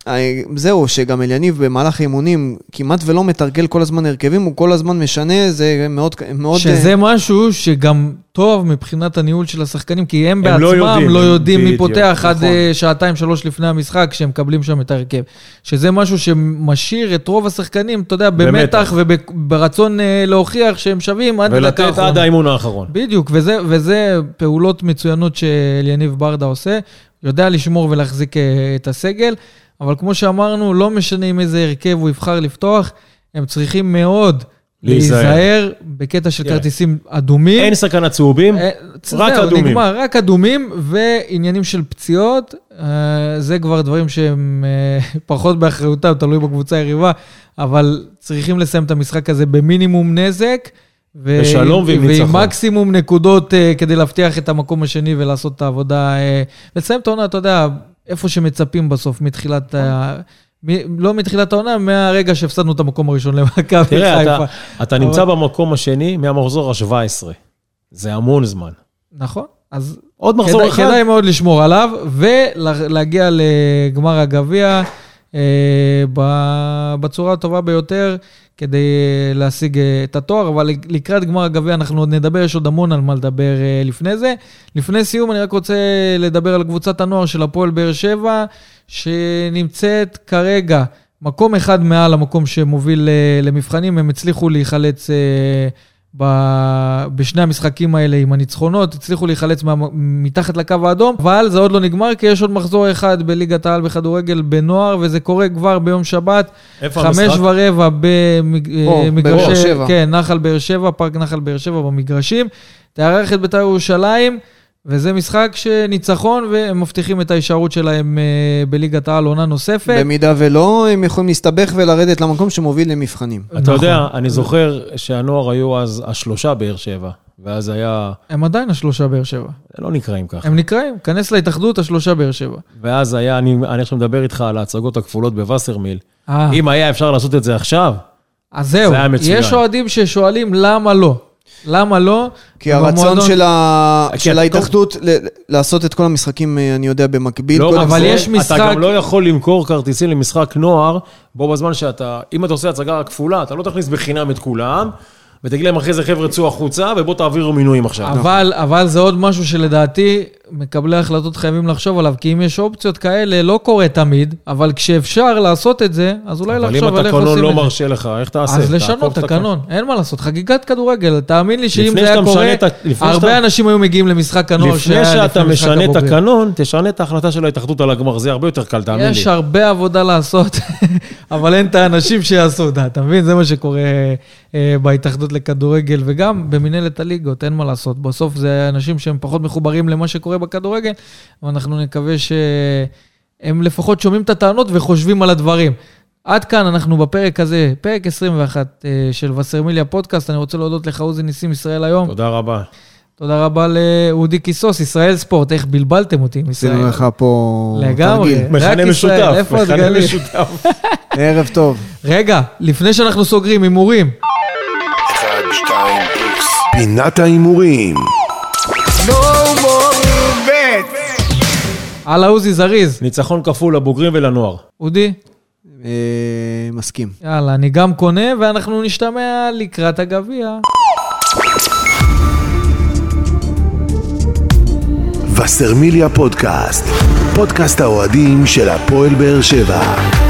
זהו, שגם אליניב במהלך האימונים כמעט ולא מתרגל כל הזמן הרכבים, הוא כל הזמן משנה, זה מאוד... שזה משהו שגם טוב מבחינת הניהול של השחקנים, כי הם בעצמם לא יודעים מי פותח עד שעתיים, 3 לפני המשחק, שהם מקבלים שם את ההרכב. שזה משהו שמשאיר את רוב השחקנים, אתה יודע, במתח וברצון להוכיח שהם שווים עד דקה האחרונה. ולתת עד האימון האחרון. בדיוק, וזה פעולות מצוינות שאליניב ברדה עושה, יודע לשמור ולהחזיק את הסגל, אבל כמו שאמרנו, לא משנה עם איזה הרכב הוא יבחר לפתוח, הם צריכים מאוד להיזהר בקטע של כרטיסים אדומים. אין סכנה צהובים, רק אדומים. נגמר, רק אדומים ועניינים של פציעות, זה כבר דברים שהם פחות באחריותם, תלוי בקבוצה היריבה, אבל צריכים לסיים את המשחק הזה במינימום נזק, בשלום ועם ניצחון. ועם מקסימום נקודות כדי להבטיח את המקום השני ולעשות את העבודה, ולסיים את העונה, אתה יודע, איפה שמצפים בסוף, מתחילת, לא מתחילת העונה, מהרגע שהפסדנו את המקום הראשון למכבי חיפה. תראה, אתה נמצא במקום השני מהמחזור ה-17. זה המון זמן. נכון, אז עוד מחזור אחד. כדאי מאוד לשמור עליו, ולהגיע לגמר הגביע בצורה הטובה ביותר, כדי להשיג את התואר, אבל לקראת גמר הגביע אנחנו עוד נדבר, יש עוד המון על מה לדבר לפני זה. לפני סיום אני רק רוצה לדבר על קבוצת הנוער של הפועל באר שבע, שנמצאת כרגע מקום אחד מעל המקום שמוביל למבחנים, הם הצליחו להיחלץ בשני המשחקים האלה עם הניצחונות, הצליחו להיחלץ מתחת לקו האדום, אבל זה עוד לא נגמר, כי יש עוד מחזור אחד בליגת העל בכדורגל בנוער, וזה קורה כבר ביום שבת, 5:15 במגרשי, כן, נחל באר שבע, פארק נחל באר שבע במגרשים, תארח את בית"ר ירושלים, וזה משחק שניצחון, והם מבטיחים את ההישארות שלהם בליגת העל עונה נוספת. במידה ולא, הם יכולים להסתבך ולרדת למקום שמוביל למבחנים. אתה יודע, אני זוכר שהנוער היו אז 3 באר שבע, ואז היה... הם עדיין 3 באר שבע. הם לא נקראים ככה. הם נקראים, כנס להתאחדות 3 באר שבע. ואז היה, אני עכשיו מדבר איתך על ההצגות הכפולות בווסרמיל. אם היה אפשר לעשות את זה עכשיו, אז זהו, יש אוהדים ששואלים למה לא. למה לא? כי הרצון של ההתאחדות לעשות את כל המשחקים, אני יודע, במקביל. אבל יש משחק... אתה גם לא יכול למכור כרטיסים למשחק נוער, בו בזמן שאתה, אם אתה עושה הצגה כפולה, אתה לא תכניס בחינם את כולם, ותגיד להם אחרי זה חבר'ה צאו החוצה, ובוא תעבירו מינויים עכשיו. אבל זה עוד משהו שלדעתי מקבלי החלטות חייבים לחשוב עליו, כי אם יש אופציות כאלה, לא קורה תמיד, אבל כשאפשר לעשות את זה, אז אולי לחשוב על איך עושים את זה. אבל אם התקנון לא מרשה לך, איך תעשה? אז לשנות תקנון, אין מה לעשות. חגיגת כדורגל, תאמין לי שאם זה היה קורה, הרבה אנשים היו מגיעים למשחק הנוער. לפני שאתה משנה את התקנון, תשנה את ההחלטה של ההתאחדות על הגמר, זה הרבה יותר קל, תאמין לי. יש הרבה עבודה לעשות, אבל אין את האנשים שיעשו אותה. אתה מבין? זה מה שקורה בהתאחדות לכדורגל, וגם במנהלת הליגות, אין מה לעשות. בסוף זה אנשים שהם פחות מחוברים למה שקורה בכדורגל, ואנחנו נקווה שהם לפחות שומעים את הטענות וחושבים על הדברים. עד כאן אנחנו בפרק הזה, פרק 21 של וסרמיליה פודקאסט. אני רוצה להודות לך עוזי ניסים ישראל היום. תודה רבה. תודה רבה לאודי קיסוס, ישראל ספורט, איך בלבלתם אותי עם ישראל. עשינו לך פה לגמרי, מכנה משותף, מכנה משותף. ערב טוב. רגע, לפני שאנחנו סוגרים, הימורים. 1, 2, איקס. פינת ההימורים. הלאה עוזי זריז. ניצחון כפול לבוגרים ולנוער. אודי? מסכים. יאללה, אני גם קונה, ואנחנו נשתמע לקראת הגביע. וסרמיליה פודקאסט, פודקאסט האוהדים של הפועל באר שבע.